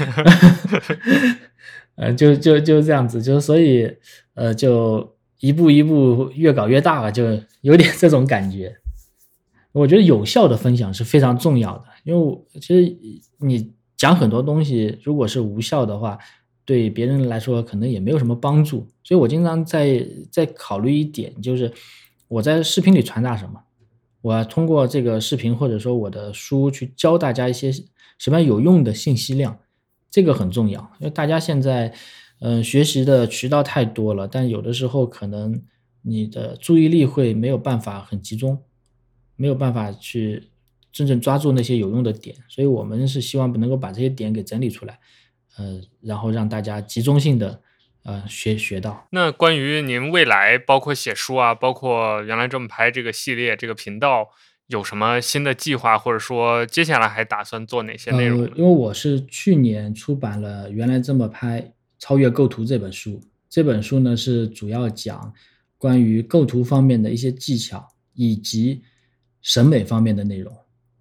呃，就就就这样子，就所以呃，就一步一步越搞越大了，就有点这种感觉。我觉得有效的分享是非常重要的，因为我其实你讲很多东西，如果是无效的话，对别人来说可能也没有什么帮助。所以我经常在在考虑一点，就是我在视频里传达什么，我要通过这个视频或者说我的书去教大家一些什么样有用的信息量，这个很重要。因为大家现在嗯、呃学习的渠道太多了，但有的时候可能你的注意力会没有办法很集中，没有办法去真正抓住那些有用的点，所以我们是希望能够把这些点给整理出来，呃，然后让大家集中性的呃学学到。 那关于您未来包括写书啊，包括原来这么拍这个系列这个频道，有什么新的计划，或者说接下来还打算做哪些内容呃， 呢？ 因为我是去年出版了《原来这么拍：超越构图》这本书，这本书呢是主要讲关于构图方面的一些技巧，以及审美方面的内容。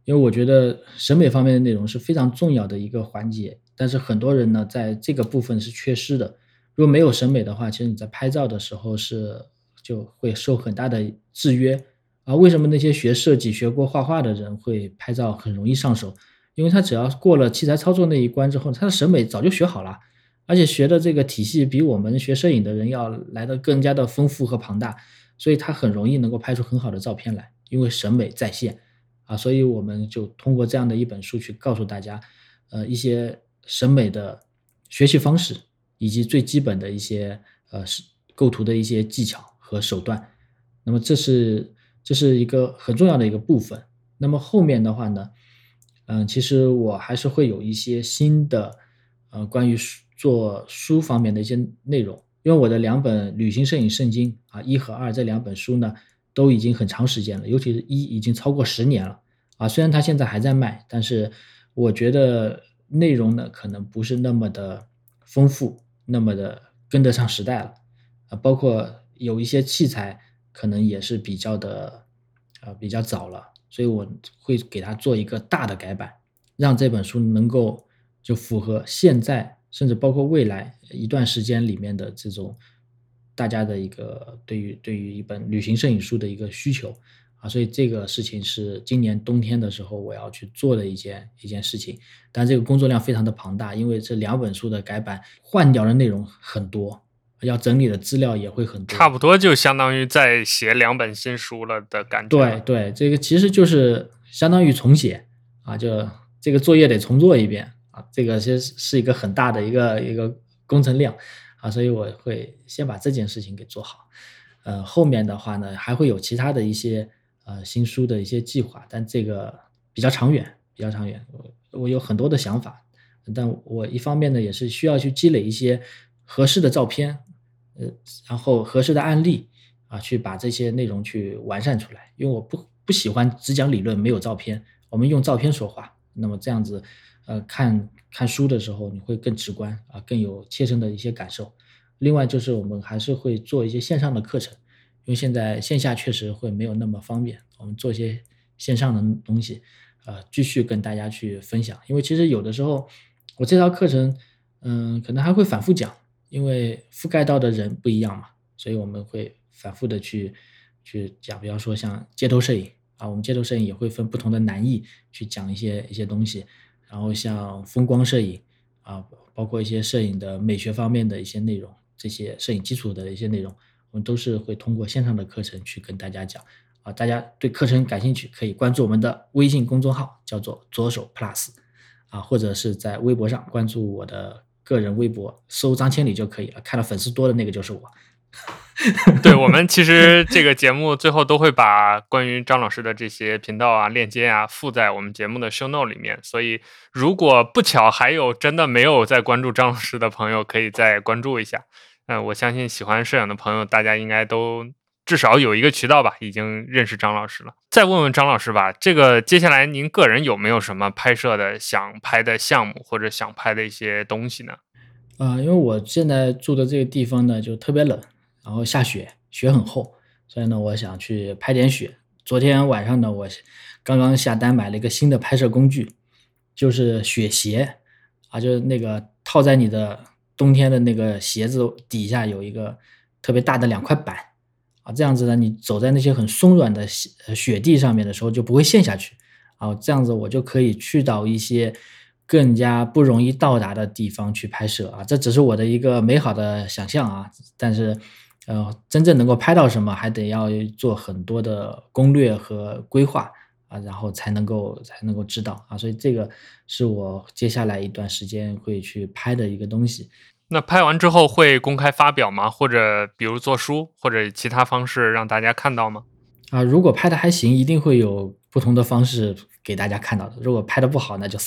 因为我觉得审美方面的内容是非常重要的一个环节，但是很多人呢，在这个部分是缺失的。如果没有审美的话，其实你在拍照的时候是就会受很大的制约。啊，为什么那些学设计、学过画画的人会拍照很容易上手？因为他只要过了器材操作那一关之后，他的审美早就学好了，而且学的这个体系比我们学摄影的人要来得更加的丰富和庞大，所以他很容易能够拍出很好的照片来，因为审美在线。啊，所以我们就通过这样的一本书去告诉大家，呃，一些审美的学习方式，以及最基本的一些呃是构图的一些技巧和手段。那么这是这是一个很重要的一个部分。那么后面的话呢，嗯，其实我还是会有一些新的呃关于书做书方面的一些内容，因为我的两本旅行摄影圣经啊，一和二这两本书呢，都已经很长时间了，尤其是一已经超过十年了。啊，虽然它现在还在卖，但是我觉得内容呢，可能不是那么的丰富，那么的跟得上时代了。啊，包括有一些器材可能也是比较的呃，比较早了，所以我会给它做一个大的改版，让这本书能够就符合现在甚至包括未来一段时间里面的这种大家的一个对于对于一本旅行摄影书的一个需求。啊，所以这个事情是今年冬天的时候我要去做的一件一件事情，但这个工作量非常的庞大，因为这两本书的改版换掉的内容很多，要整理的资料也会很多。 差不多就相当于在写两本新书了的感觉了。 对对，这个其实就是相当于重写啊，就这个作业得重做一遍啊，这个其实是一个很大的一个一个工程量啊，所以我会先把这件事情给做好。呃，后面的话呢，还会有其他的一些呃新书的一些计划，但这个比较长远，比较长远，我我有很多的想法，但我一方面呢也是需要去积累一些合适的照片，呃，然后合适的案例啊，去把这些内容去完善出来。因为我不不喜欢只讲理论没有照片，我们用照片说话，那么这样子，呃，看看书的时候你会更直观啊，更有切身的一些感受。另外就是我们还是会做一些线上的课程，因为现在线下确实会没有那么方便，我们做一些线上的东西，呃，继续跟大家去分享。因为其实有的时候我这套课程，嗯，可能还会反复讲，因为覆盖到的人不一样嘛，所以我们会反复的去去讲，比方说像街头摄影啊，我们街头摄影也会分不同的难易去讲一些一些东西，然后像风光摄影啊，包括一些摄影的美学方面的一些内容，这些摄影基础的一些内容，我们都是会通过线上的课程去跟大家讲。啊，大家对课程感兴趣，可以关注我们的微信公众号，叫做左手 Plus，啊，或者是在微博上关注我的个人微博，搜张千里就可以了。看到粉丝多的那个就是我。 对，我们其实这个节目最后都会把关于张老师的这些频道啊、链接啊附在我们节目的 show note 里面，所以如果不巧还有真的没有在关注张老师的朋友，可以再关注一下。嗯、我相信喜欢摄影的朋友，大家应该都至少有一个渠道吧，已经认识张老师了。再问问张老师吧，这个接下来您个人有没有什么拍摄的想拍的项目，或者想拍的一些东西呢？ 啊，因为我现在住的这个地方呢，就特别冷，然后下雪，雪很厚，所以呢，我想去拍点雪。昨天晚上呢，我刚刚下单买了一个新的拍摄工具，就是雪鞋，啊，就是那个套在你的冬天的那个鞋子底下有一个特别大的两块板，啊，这样子呢，你走在那些很松软的雪呃雪地上面的时候就不会陷下去，啊，这样子我就可以去到一些更加不容易到达的地方去拍摄啊，这只是我的一个美好的想象啊，但是，呃，真正能够拍到什么，还得要做很多的攻略和规划啊，然后才能够才能够知道啊，所以这个是我接下来一段时间会去拍的一个东西。 那拍完之后会公开发表吗？或者比如做书，或者其他方式让大家看到吗？ 啊，如果拍的还行，一定会有不同的方式给大家看到的，如果拍的不好那就删了。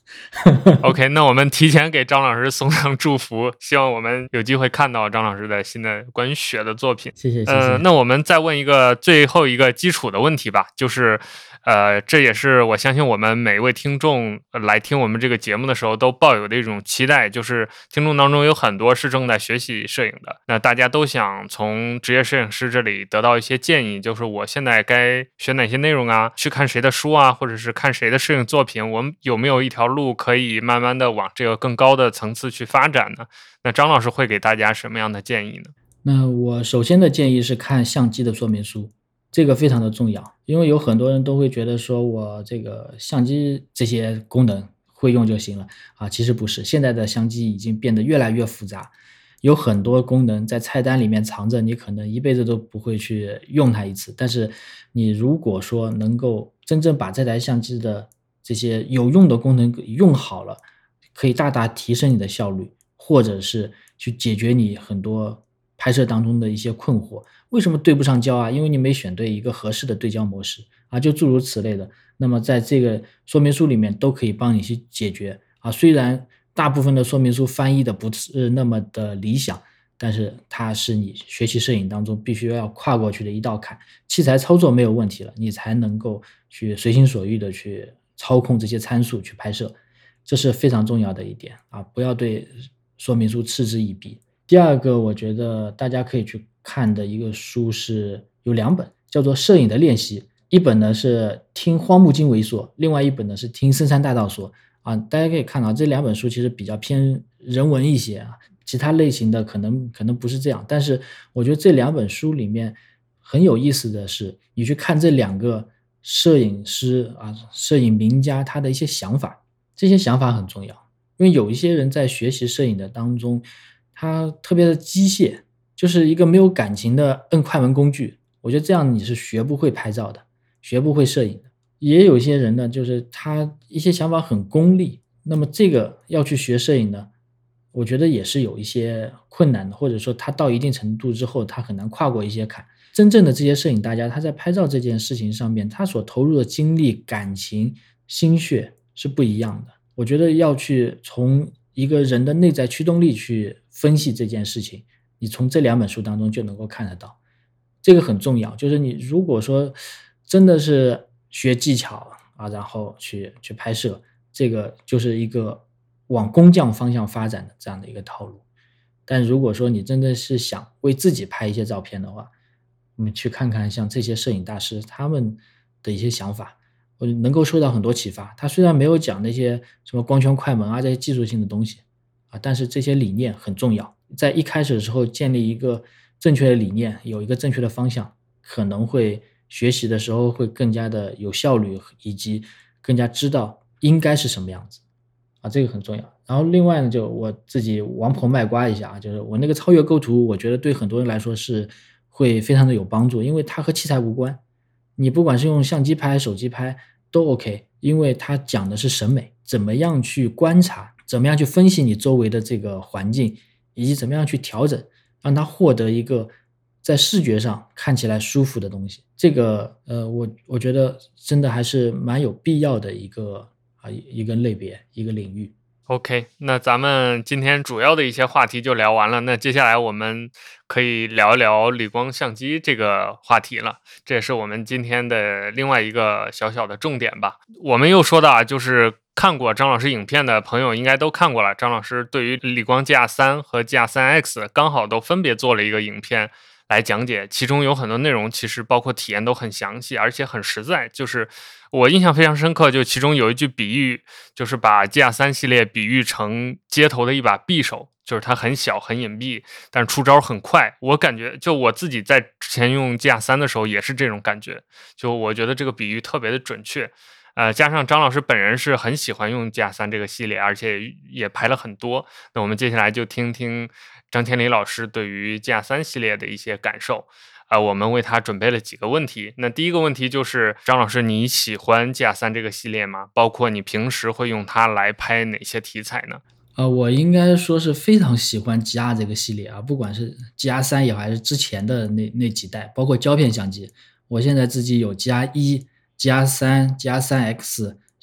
OK，那我们提前给张老师送上祝福，希望我们有机会看到张老师的新的关于雪的作品。 谢谢谢呃， 谢。 那我们再问一个最后一个基础的问题吧，就是呃，这也是我相信我们每一位听众、呃来听我们这个节目的时候都抱有的一种期待，就是听众当中有很多是正在学习摄影的，那大家都想从职业摄影师这里得到一些建议，就是我现在该学哪些内容啊，去看谁的书啊，或者是看谁的摄影作品，我们有没有一条路可以慢慢的往这个更高的层次去发展呢？那张老师会给大家什么样的建议呢？ 那我首先的建议是看相机的说明书，这个非常的重要，因为有很多人都会觉得说我这个相机这些功能会用就行了啊，其实不是，现在的相机已经变得越来越复杂，有很多功能在菜单里面藏着，你可能一辈子都不会去用它一次，但是你如果说能够真正把这台相机的这些有用的功能给用好了，可以大大提升你的效率，或者是去解决你很多拍摄当中的一些困惑。为什么对不上焦啊？因为你没选对一个合适的对焦模式啊，就诸如此类的。那么在这个说明书里面都可以帮你去解决啊。虽然大部分的说明书翻译的不是那么的理想，但是它是你学习摄影当中必须要跨过去的一道坎。器材操作没有问题了，你才能够去随心所欲的去操控这些参数去拍摄，这是非常重要的一点啊！不要对说明书嗤之以鼻。第二个，我觉得大家可以去看的一个书是有两本，叫做《摄影的练习》，一本呢是听荒木经惟说，另外一本呢是听森山大道说啊。大家可以看到这两本书其实比较偏人文一些啊，其他类型的可能可能不是这样，但是我觉得这两本书里面很有意思的是，你去看这两个摄影师啊，摄影名家他的一些想法，这些想法很重要，因为有一些人在学习摄影的当中，他特别的机械，就是一个没有感情的摁快门工具，我觉得这样你是学不会拍照的，学不会摄影的。也有一些人呢，就是他一些想法很功利，那么这个要去学摄影呢，我觉得也是有一些困难的，或者说他到一定程度之后，他很难跨过一些坎。真正的这些摄影大家，他在拍照这件事情上面，他所投入的精力、感情、心血是不一样的。我觉得要去从一个人的内在驱动力去分析这件事情，你从这两本书当中就能够看得到。这个很重要，就是你如果说真的是学技巧啊，然后去去拍摄，这个就是一个往工匠方向发展的这样的一个套路。但如果说你真的是想为自己拍一些照片的话，我们去看看像这些摄影大师他们的一些想法，我能够受到很多启发。他虽然没有讲那些什么光圈快门啊这些技术性的东西啊，但是这些理念很重要。在一开始的时候建立一个正确的理念，有一个正确的方向，可能会学习的时候会更加的有效率，以及更加知道应该是什么样子啊，这个很重要。然后另外呢，就我自己王婆卖瓜一下啊，就是我那个超越构图，我觉得对很多人来说是会非常的有帮助，因为它和器材无关，你不管是用相机拍、手机拍都 OK，因为它讲的是审美，怎么样去观察，怎么样去分析你周围的这个环境，以及怎么样去调整，让它获得一个在视觉上看起来舒服的东西。这个呃，我我觉得真的还是蛮有必要的一个啊一个类别，一个领域。 OK，那咱们今天主要的一些话题就聊完了，那接下来我们可以聊一聊理光相机这个话题了，这也是我们今天的另外一个小小的重点吧。我们又说到啊，就是看过张老师影片的朋友应该都看过了，张老师对于理光 G R 三 和 G R 三 X 刚好都分别做了一个影片来讲解，其中有很多内容其实包括体验都很详细，而且很实在。就是我印象非常深刻，就其中有一句比喻，就是把 G R 三 系列比喻成街头的一把匕首，就是它很小很隐蔽，但是出招很快。我感觉就我自己在之前用 G R 三 的时候也是这种感觉，就我觉得这个比喻特别的准确。呃，加上张老师本人是很喜欢用 G R 三 这个系列，而且也拍了很多。那我们接下来就听听张天理老师对于 G R 三 系列的一些感受。呃，我们为他准备了几个问题。那第一个问题就是，张老师，你喜欢 G R 三 这个系列吗？包括你平时会用它来拍哪些题材呢？ 呃，我应该说是非常喜欢 G R 这个系列啊，不管是 G R 三也好，还是之前的那那几代，包括胶片相机，我现在自己有 G R 一、G R 三、G R 三 X，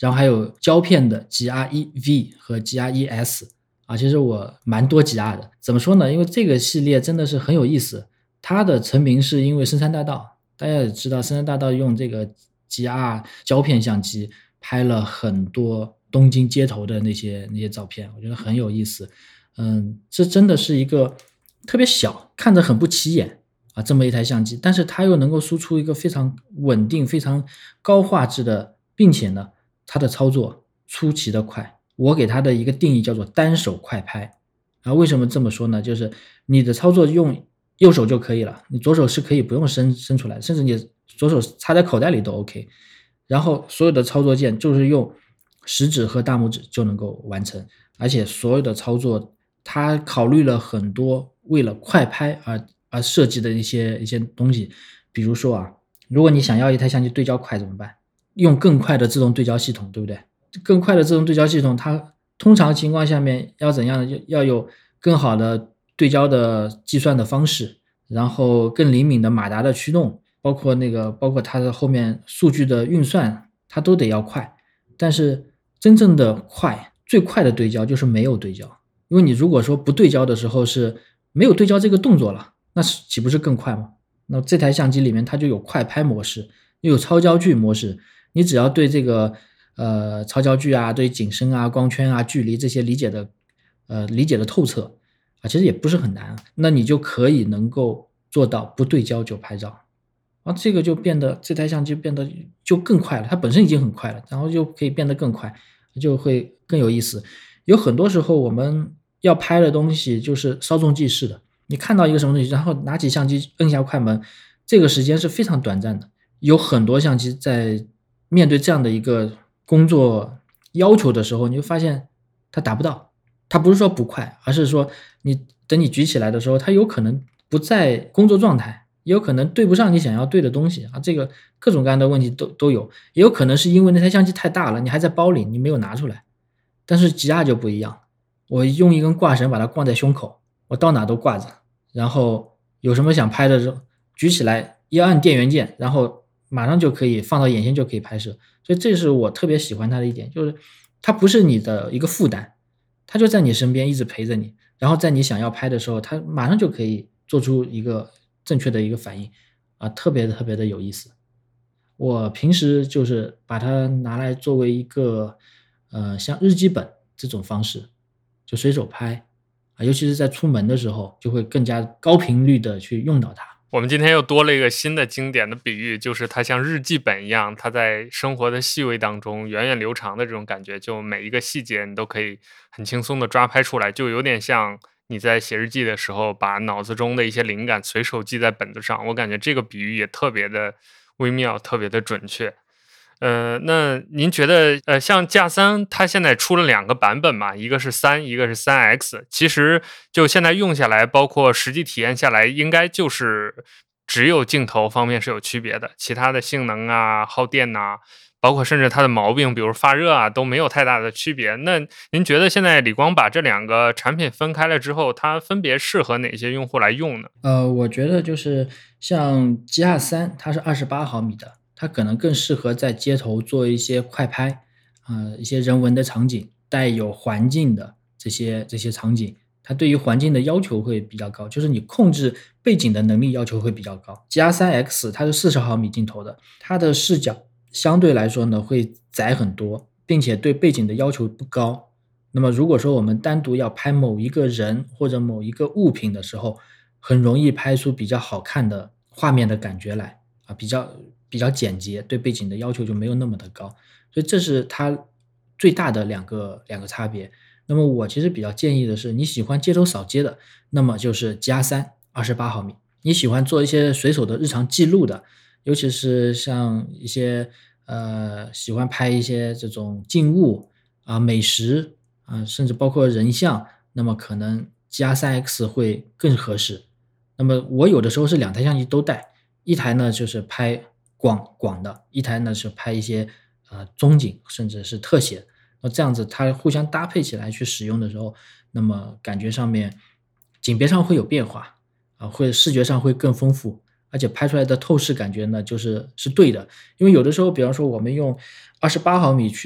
然后还有胶片的 G R E V 和 G R E S 啊，其实我蛮多 G R 的。怎么说呢？因为这个系列真的是很有意思。它的成名是因为深山大道，大家也知道深山大道用这个 G R 胶片相机拍了很多东京街头的那些那些照片，我觉得很有意思。嗯，这真的是一个特别小，看着很不起眼啊，这么一台相机，但是它又能够输出一个非常稳定、非常高画质的，并且呢，它的操作出奇的快。我给它的一个定义叫做单手快拍啊。为什么这么说呢？就是你的操作用右手就可以了，你左手是可以不用伸伸出来，甚至你左手插在口袋里都 OK。然后所有的操作键就是用食指和大拇指就能够完成，而且所有的操作它考虑了很多为了快拍而而设计的一些一些东西。比如说啊，如果你想要一台相机对焦快怎么办？用更快的自动对焦系统，对不对？更快的自动对焦系统，它通常情况下面要怎样？要有更好的对焦的计算的方式，然后更灵敏的马达的驱动，包括那个包括它的后面数据的运算，它都得要快。但是真正的快，最快的对焦就是没有对焦。因为你如果说不对焦的时候是没有对焦这个动作了，那是岂不是更快吗？那这台相机里面它就有快拍模式，又有超焦距模式，你只要对这个呃超焦距啊，对景深啊、光圈啊、距离这些理解的呃理解的透彻啊，其实也不是很难啊，那你就可以能够做到不对焦就拍照。啊，这个就变得这台相机变得就更快了，它本身已经很快了，然后就可以变得更快，就会更有意思。有很多时候我们要拍的东西就是稍纵即逝的，你看到一个什么东西，然后拿起相机摁下快门，这个时间是非常短暂的。有很多相机在面对这样的一个工作要求的时候，你会发现它达不到。它不是说不快，而是说你等你举起来的时候，它有可能不在工作状态，也有可能对不上你想要对的东西啊，这个各种各样的问题都都有。也有可能是因为那台相机太大了，你还在包里，你没有拿出来。但是 G R 就不一样，我用一根挂绳把它挂在胸口，我到哪都挂着，然后有什么想拍的时候举起来一按电源键，然后马上就可以放到眼前就可以拍摄。所以这是我特别喜欢它的一点，就是它不是你的一个负担，它就在你身边一直陪着你，然后在你想要拍的时候，它马上就可以做出一个正确的一个反应啊，特别特别的有意思。我平时就是把它拿来作为一个呃像日记本这种方式，就随手拍啊，尤其是在出门的时候，就会更加高频率的去用到它。 我们今天又多了一个新的经典的比喻，就是它像日记本一样，它在生活的细微当中源远流长的这种感觉，就每一个细节你都可以很轻松的抓拍出来，就有点像你在写日记的时候把脑子中的一些灵感随手记在本子上。我感觉这个比喻也特别的微妙，特别的准确。呃，那您觉得，呃，像 G R 三它现在出了两个版本嘛，一个是三，一个是 三 X， 其实就现在用下来，包括实际体验下来，应该就是只有镜头方面是有区别的，其他的性能啊、耗电呐、包括甚至它的毛病，比如发热啊，都没有太大的区别。那您觉得现在理光把这两个产品分开了之后，它分别适合哪些用户来用呢？ 呃，我觉得就是像 G R 三，它是二十八毫米的，它可能更适合在街头做一些快拍，呃，一些人文的场景，带有环境的这些这些场景，它对于环境的要求会比较高，就是你控制背景的能力要求会比较高。G R 三 X 它是四十毫米镜头的，它的视角相对来说呢会窄很多，并且对背景的要求不高。那么如果说我们单独要拍某一个人或者某一个物品的时候，很容易拍出比较好看的画面的感觉来啊，比较比较简洁，对背景的要求就没有那么的高，所以这是它最大的两个两个差别。那么我其实比较建议的是，你喜欢街头扫街的，那么就是 G R 三 二十八毫米；你喜欢做一些随手的日常记录的，尤其是像一些呃喜欢拍一些这种静物啊、美食啊，甚至包括人像，那么可能 G R 三 X 会更合适。那么我有的时候是两台相机都带，一台呢就是拍广广的，一台呢是拍一些呃中景甚至是特写。那这样子它互相搭配起来去使用的时候，那么感觉上面景别上会有变化啊，会视觉上会更丰富，而且拍出来的透视感觉呢就是是对的。因为有的时候比方说我们用二十八毫米去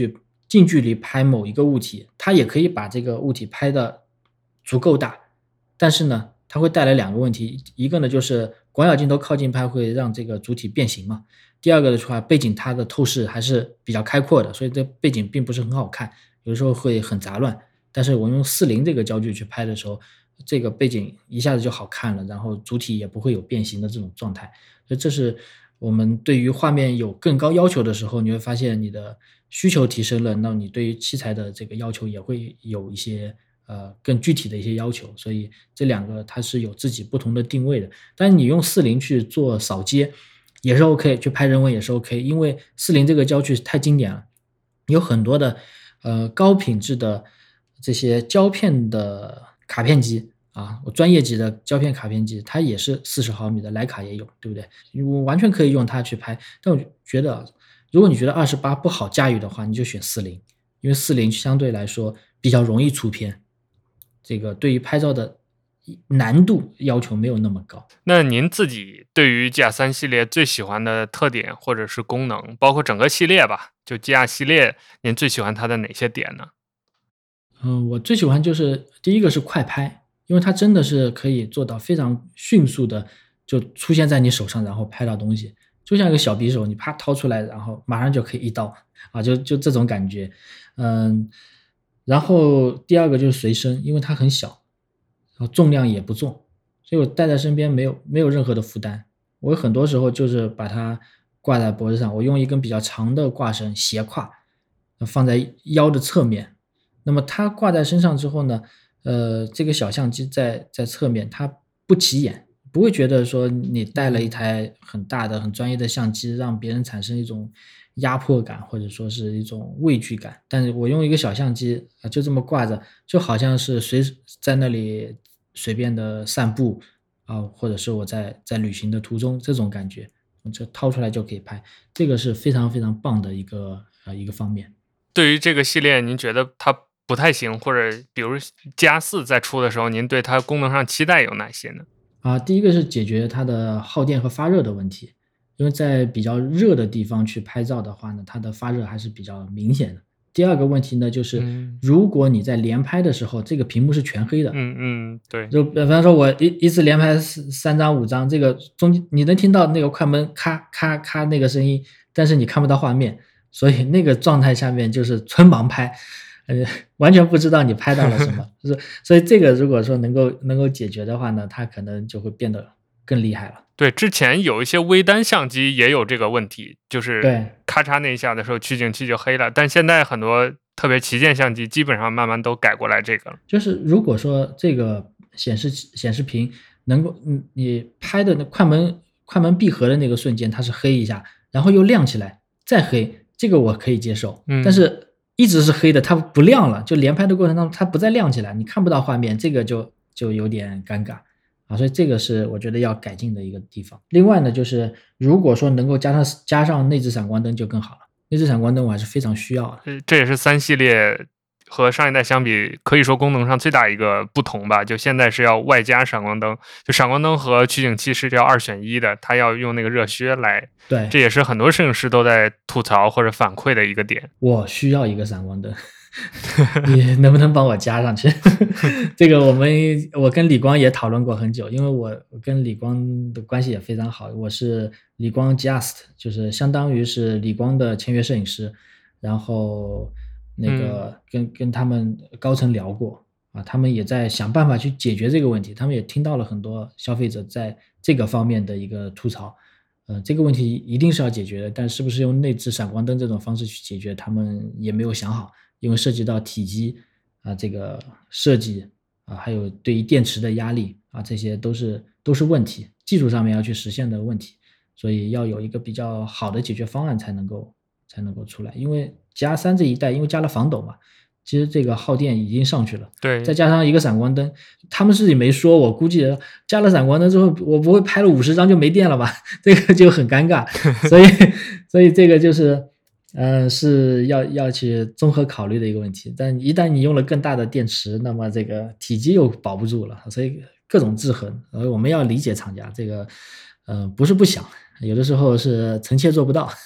近距离拍某一个物体，它也可以把这个物体拍的足够大，但是呢，它会带来两个问题，一个呢就是广角镜头靠近拍会让这个主体变形嘛，第二个的话，背景它的透视还是比较开阔的，所以这背景并不是很好看，有的时候会很杂乱。但是我用四零这个焦距去拍的时候，这个背景一下子就好看了，然后主体也不会有变形的这种状态。所以这是我们对于画面有更高要求的时候，你会发现你的需求提升了，那你对于器材的这个要求也会有一些呃更具体的一些要求。所以这两个它是有自己不同的定位的。但是你用四零去做扫街也是 OK， 去拍人文也是 OK， 因为四零这个焦距太经典了，有很多的呃高品质的这些胶片的卡片机啊，我专业级的胶片卡片机，它也是四十毫米的，徕卡也有，对不对？我完全可以用它去拍，但我觉得如果你觉得二十八不好驾驭的话，你就选四零，因为四零相对来说比较容易出片，这个对于拍照的难度要求没有那么高。 那您自己对于 G R 三 系列最喜欢的特点或者是功能，包括整个系列吧，就 G R 系列您最喜欢它的哪些点呢？ 嗯，我最喜欢就是第一个是快拍，因为它真的是可以做到非常迅速的就出现在你手上，然后拍到东西，就像一个小匕首，你啪掏出来，然后马上就可以一刀啊，就就这种感觉。嗯，然后第二个就是随身，因为它很小，然后重量也不重，所以我带在身边没有没有任何的负担。我很多时候就是把它挂在脖子上，我用一根比较长的挂绳斜挎，放在腰的侧面。那么它挂在身上之后呢，呃，这个小相机在在侧面，它不起眼，不会觉得说你带了一台很大的、很专业的相机，让别人产生一种压迫感，或者说是一种畏惧感。但是我用一个小相机啊，就这么挂着，就好像是随在那里随便的散步啊，或者是我在在旅行的途中这种感觉，我就掏出来就可以拍，这个是非常非常棒的一个呃一个方面。 对于这个系列，您觉得它不太行，或者比如 G R 四在出的时候，您对它功能上期待有哪些呢？ 啊，第一个是解决它的耗电和发热的问题，因为在比较热的地方去拍照的话呢，它的发热还是比较明显的。第二个问题呢，就是嗯如果你在连拍的时候，这个屏幕是全黑的， 嗯嗯，对， 就比方说我一一次连拍三三张五张，这个中间你能听到那个快门咔咔咔那个声音，但是你看不到画面，所以那个状态下面就是纯盲拍，呃，完全不知道你拍到了什么，就是所以这个如果说能够能够解决的话呢，它可能就会变得更厉害了。 对，之前有一些微单相机也有这个问题，就是对， 咔嚓那一下的时候取景器就黑了，但现在很多特别旗舰相机基本上慢慢都改过来这个了。 就是如果说这个显示显示屏能够，嗯，你拍的那快门快门闭合的那个瞬间它是黑一下，然后又亮起来，再黑，这个我可以接受。 嗯但是一直是黑的，它不亮了，就连拍的过程当中它不再亮起来，你看不到画面，这个就就有点尴尬啊，所以这个是我觉得要改进的一个地方。另外呢，就是如果说能够加上加上内置闪光灯就更好了，内置闪光灯我还是非常需要的。 呃这也是三系列和上一代相比，可以说功能上最大一个不同吧。就现在是要外加闪光灯，就闪光灯和取景器是要二选一的，它要用那个热靴来， 对， 这也是很多摄影师都在吐槽或者反馈的一个点。 我需要一个闪光灯，你能不能帮我加上去？这个我们我跟李光也讨论过很久，因为我我跟李光的关系也非常好，我是李光 Just， 就是相当于是李光的签约摄影师，然后那个跟、跟他们高层聊过啊，他们也在想办法去解决这个问题，他们也听到了很多消费者在这个方面的一个吐槽。呃，这个问题一定是要解决的，但是不是用内置闪光灯这种方式去解决，他们也没有想好，因为涉及到体积啊、这个设计啊、还有对于电池的压力啊，这些都是都是问题，技术上面要去实现的问题，所以要有一个比较好的解决方案才能够才能够出来。因为 G R 三 这一代因为加了防抖嘛，其实这个耗电已经上去了， 对， 再加上一个闪光灯，他们自己没说，我估计加了闪光灯之后，我不会拍了五十张就没电了吧？这个就很尴尬，所以所以这个就是，呃，是要要去综合考虑的一个问题。但一旦你用了更大的电池，那么这个体积又保不住了，所以各种制衡。而我们要理解厂家这个，呃，不是不想，有的时候是臣妾做不到。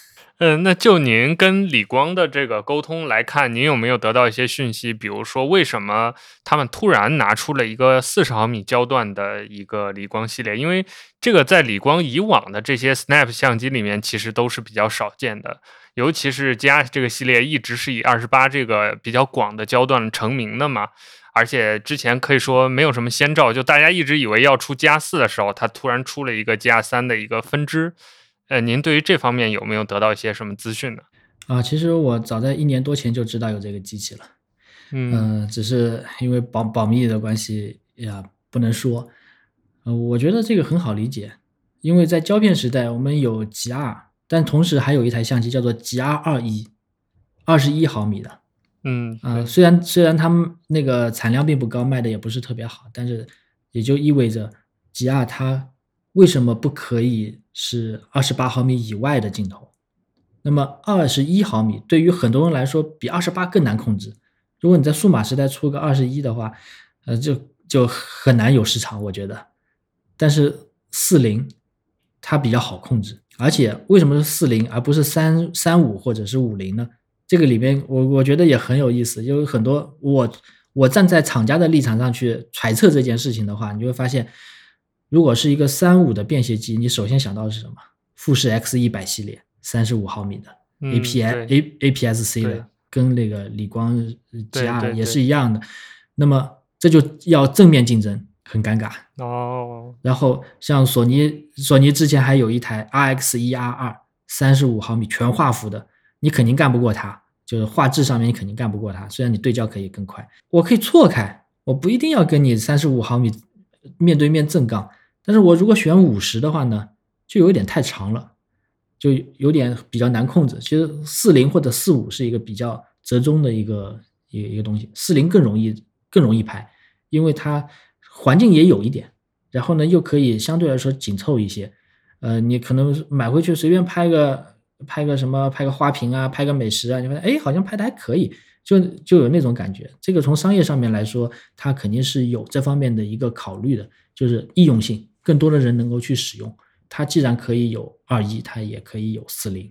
嗯，那就您跟理光的这个沟通来看，您有没有得到一些讯息？比如说，为什么他们突然拿出了一个四十毫米焦段的一个理光系列？因为这个在理光以往的这些 Snap 相机里面，其实都是比较少见的。尤其是 G R 这个系列一直是以二十八这个比较广的焦段成名的嘛，而且之前可以说没有什么先兆，就大家一直以为要出 G R 四的时候，它突然出了一个 G R 三的一个分支。呃，您对于这方面有没有得到一些什么资讯呢？ 啊，其实我早在一年多前就知道有这个机器了， 嗯呃，只是因为保保密的关系呀，不能说。呃，我觉得这个很好理解，因为在胶片时代，我们有 G R，但同时还有一台相机叫做 G R 二一，二十一毫米的。 嗯， 呃， 对， 虽然虽然他们那个产量并不高，卖的也不是特别好，但是也就意味着 G R 它为什么不可以是二十八毫米以外的镜头？那么二十一毫米对于很多人来说比二十八更难控制。如果你在数码时代出个二十一的话，呃，就就很难有市场，我觉得。但是四零它比较好控制，而且为什么是四零而不是三三五或者是五零呢？这个里面我我觉得也很有意思，有很多我我站在厂家的立场上去揣测这件事情的话，你就会发现，如果是一个三五的便携机，你首先想到的是什么？富士 X 一百 系列，三十五毫米的嗯， APS 对 A APS-C 对的，跟那个理光 G 对 R 也对对， 是一样的。那么这就要正面竞争，很尴尬。 哦， 然后像索尼，索尼之前还有一台 R X 一 R 二，三十五毫米全画幅的，你肯定干不过它，就是画质上面你肯定干不过它。虽然你对焦可以更快，我可以错开，我不一定要跟你三十五毫米面对面正杠，但是我如果选五十的话呢，就有点太长了，就有点比较难控制。其实四零或者四五是一个比较折中的一个一个一个东西，四零更容易更容易拍，因为它环境也有一点。然后呢，又可以相对来说紧凑一些。呃，你可能买回去随便拍个拍个什么，拍个花瓶啊，拍个美食啊，你发现哎，好像拍的还可以，就就有那种感觉。这个从商业上面来说，它肯定是有这方面的一个考虑的，就是易用性，更多的人能够去使用。它既然可以有二一，它也可以有四零。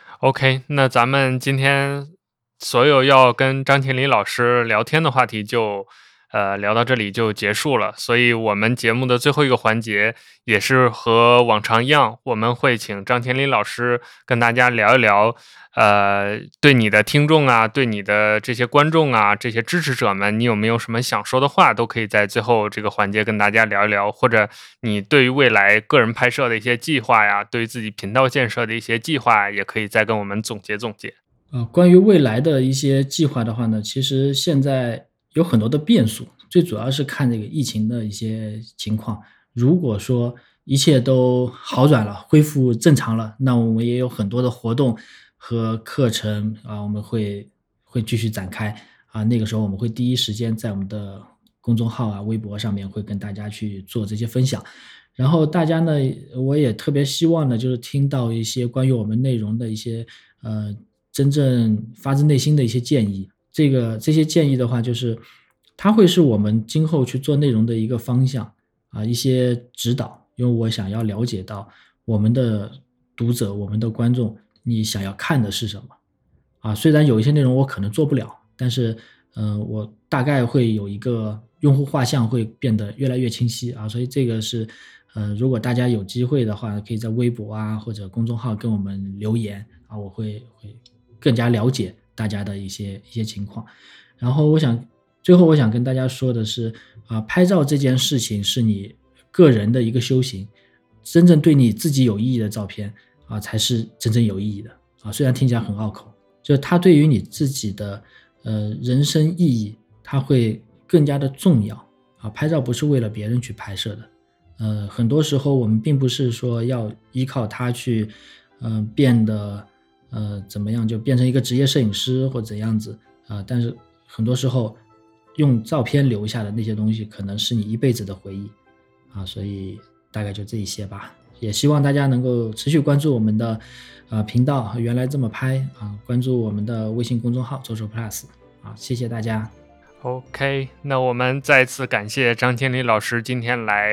OK，那咱们今天所有要跟张天林老师聊天的话题就，呃，聊到这里就结束了。所以我们节目的最后一个环节也是和往常一样，我们会请张天林老师跟大家聊一聊，呃，对你的听众啊，对你的这些观众啊，这些支持者们，你有没有什么想说的话，都可以在最后这个环节跟大家聊一聊，或者你对于未来个人拍摄的一些计划呀，对于自己频道建设的一些计划，也可以再跟我们总结总结。 呃，关于未来的一些计划的话呢，其实现在有很多的变数，最主要是看这个疫情的一些情况。如果说一切都好转了，恢复正常了，那我们也有很多的活动和课程啊，我们会会继续展开啊。那个时候我们会第一时间在我们的公众号啊、微博上面会跟大家去做这些分享。然后大家呢，我也特别希望呢，就是听到一些关于我们内容的一些呃真正发自内心的一些建议。这个这些建议的话，就是它会是我们今后去做内容的一个方向啊，一些指导。因为我想要了解到我们的读者、我们的观众，你想要看的是什么啊？虽然有一些内容我可能做不了，但是呃，我大概会有一个用户画像会变得越来越清晰啊，所以这个是呃，如果大家有机会的话，可以在微博啊或者公众号跟我们留言啊，我会会更加了解大家的一些一些情况。然后我想最后我想跟大家说的是啊，拍照这件事情是你个人的一个修行，真正对你自己有意义的照片啊，才是真正有意义的啊。虽然听起来很拗口，就是它对于你自己的呃人生意义，它会更加的重要啊。拍照不是为了别人去拍摄的，呃，很多时候我们并不是说要依靠它去，呃，变得呃怎么样，就变成一个职业摄影师或怎样子啊。但是很多时候用照片留下的那些东西，可能是你一辈子的回忆啊。所以大概就这一些吧。也希望大家能够持续关注我们的呃频道，原来这么拍啊，关注我们的微信公众号周周 Plus 啊，谢谢大家。 OK，那我们再次感谢张天林老师今天来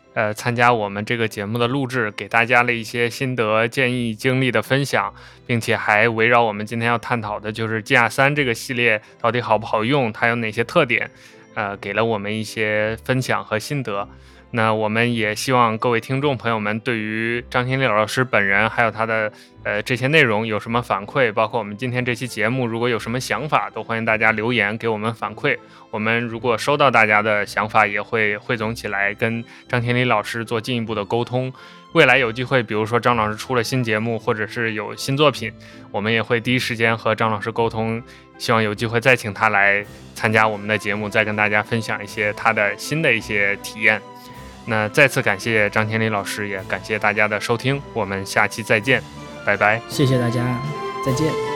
呃参加我们这个节目的录制，给大家了一些心得、建议、经历的分享，并且还围绕我们今天要探讨的就是 G R 三这个系列到底好不好用，它有哪些特点，呃，给了我们一些分享和心得。那我们也希望各位听众朋友们对于张天立老师本人还有他的呃这些内容有什么反馈，包括我们今天这期节目如果有什么想法，都欢迎大家留言给我们反馈。我们如果收到大家的想法，也会汇总起来跟张天立老师做进一步的沟通。未来有机会，比如说张老师出了新节目或者是有新作品，我们也会第一时间和张老师沟通，希望有机会再请他来参加我们的节目，再跟大家分享一些他的新的一些体验。那再次感谢张天立老师，也感谢大家的收听，我们下期再见，拜拜。 谢谢大家，再见。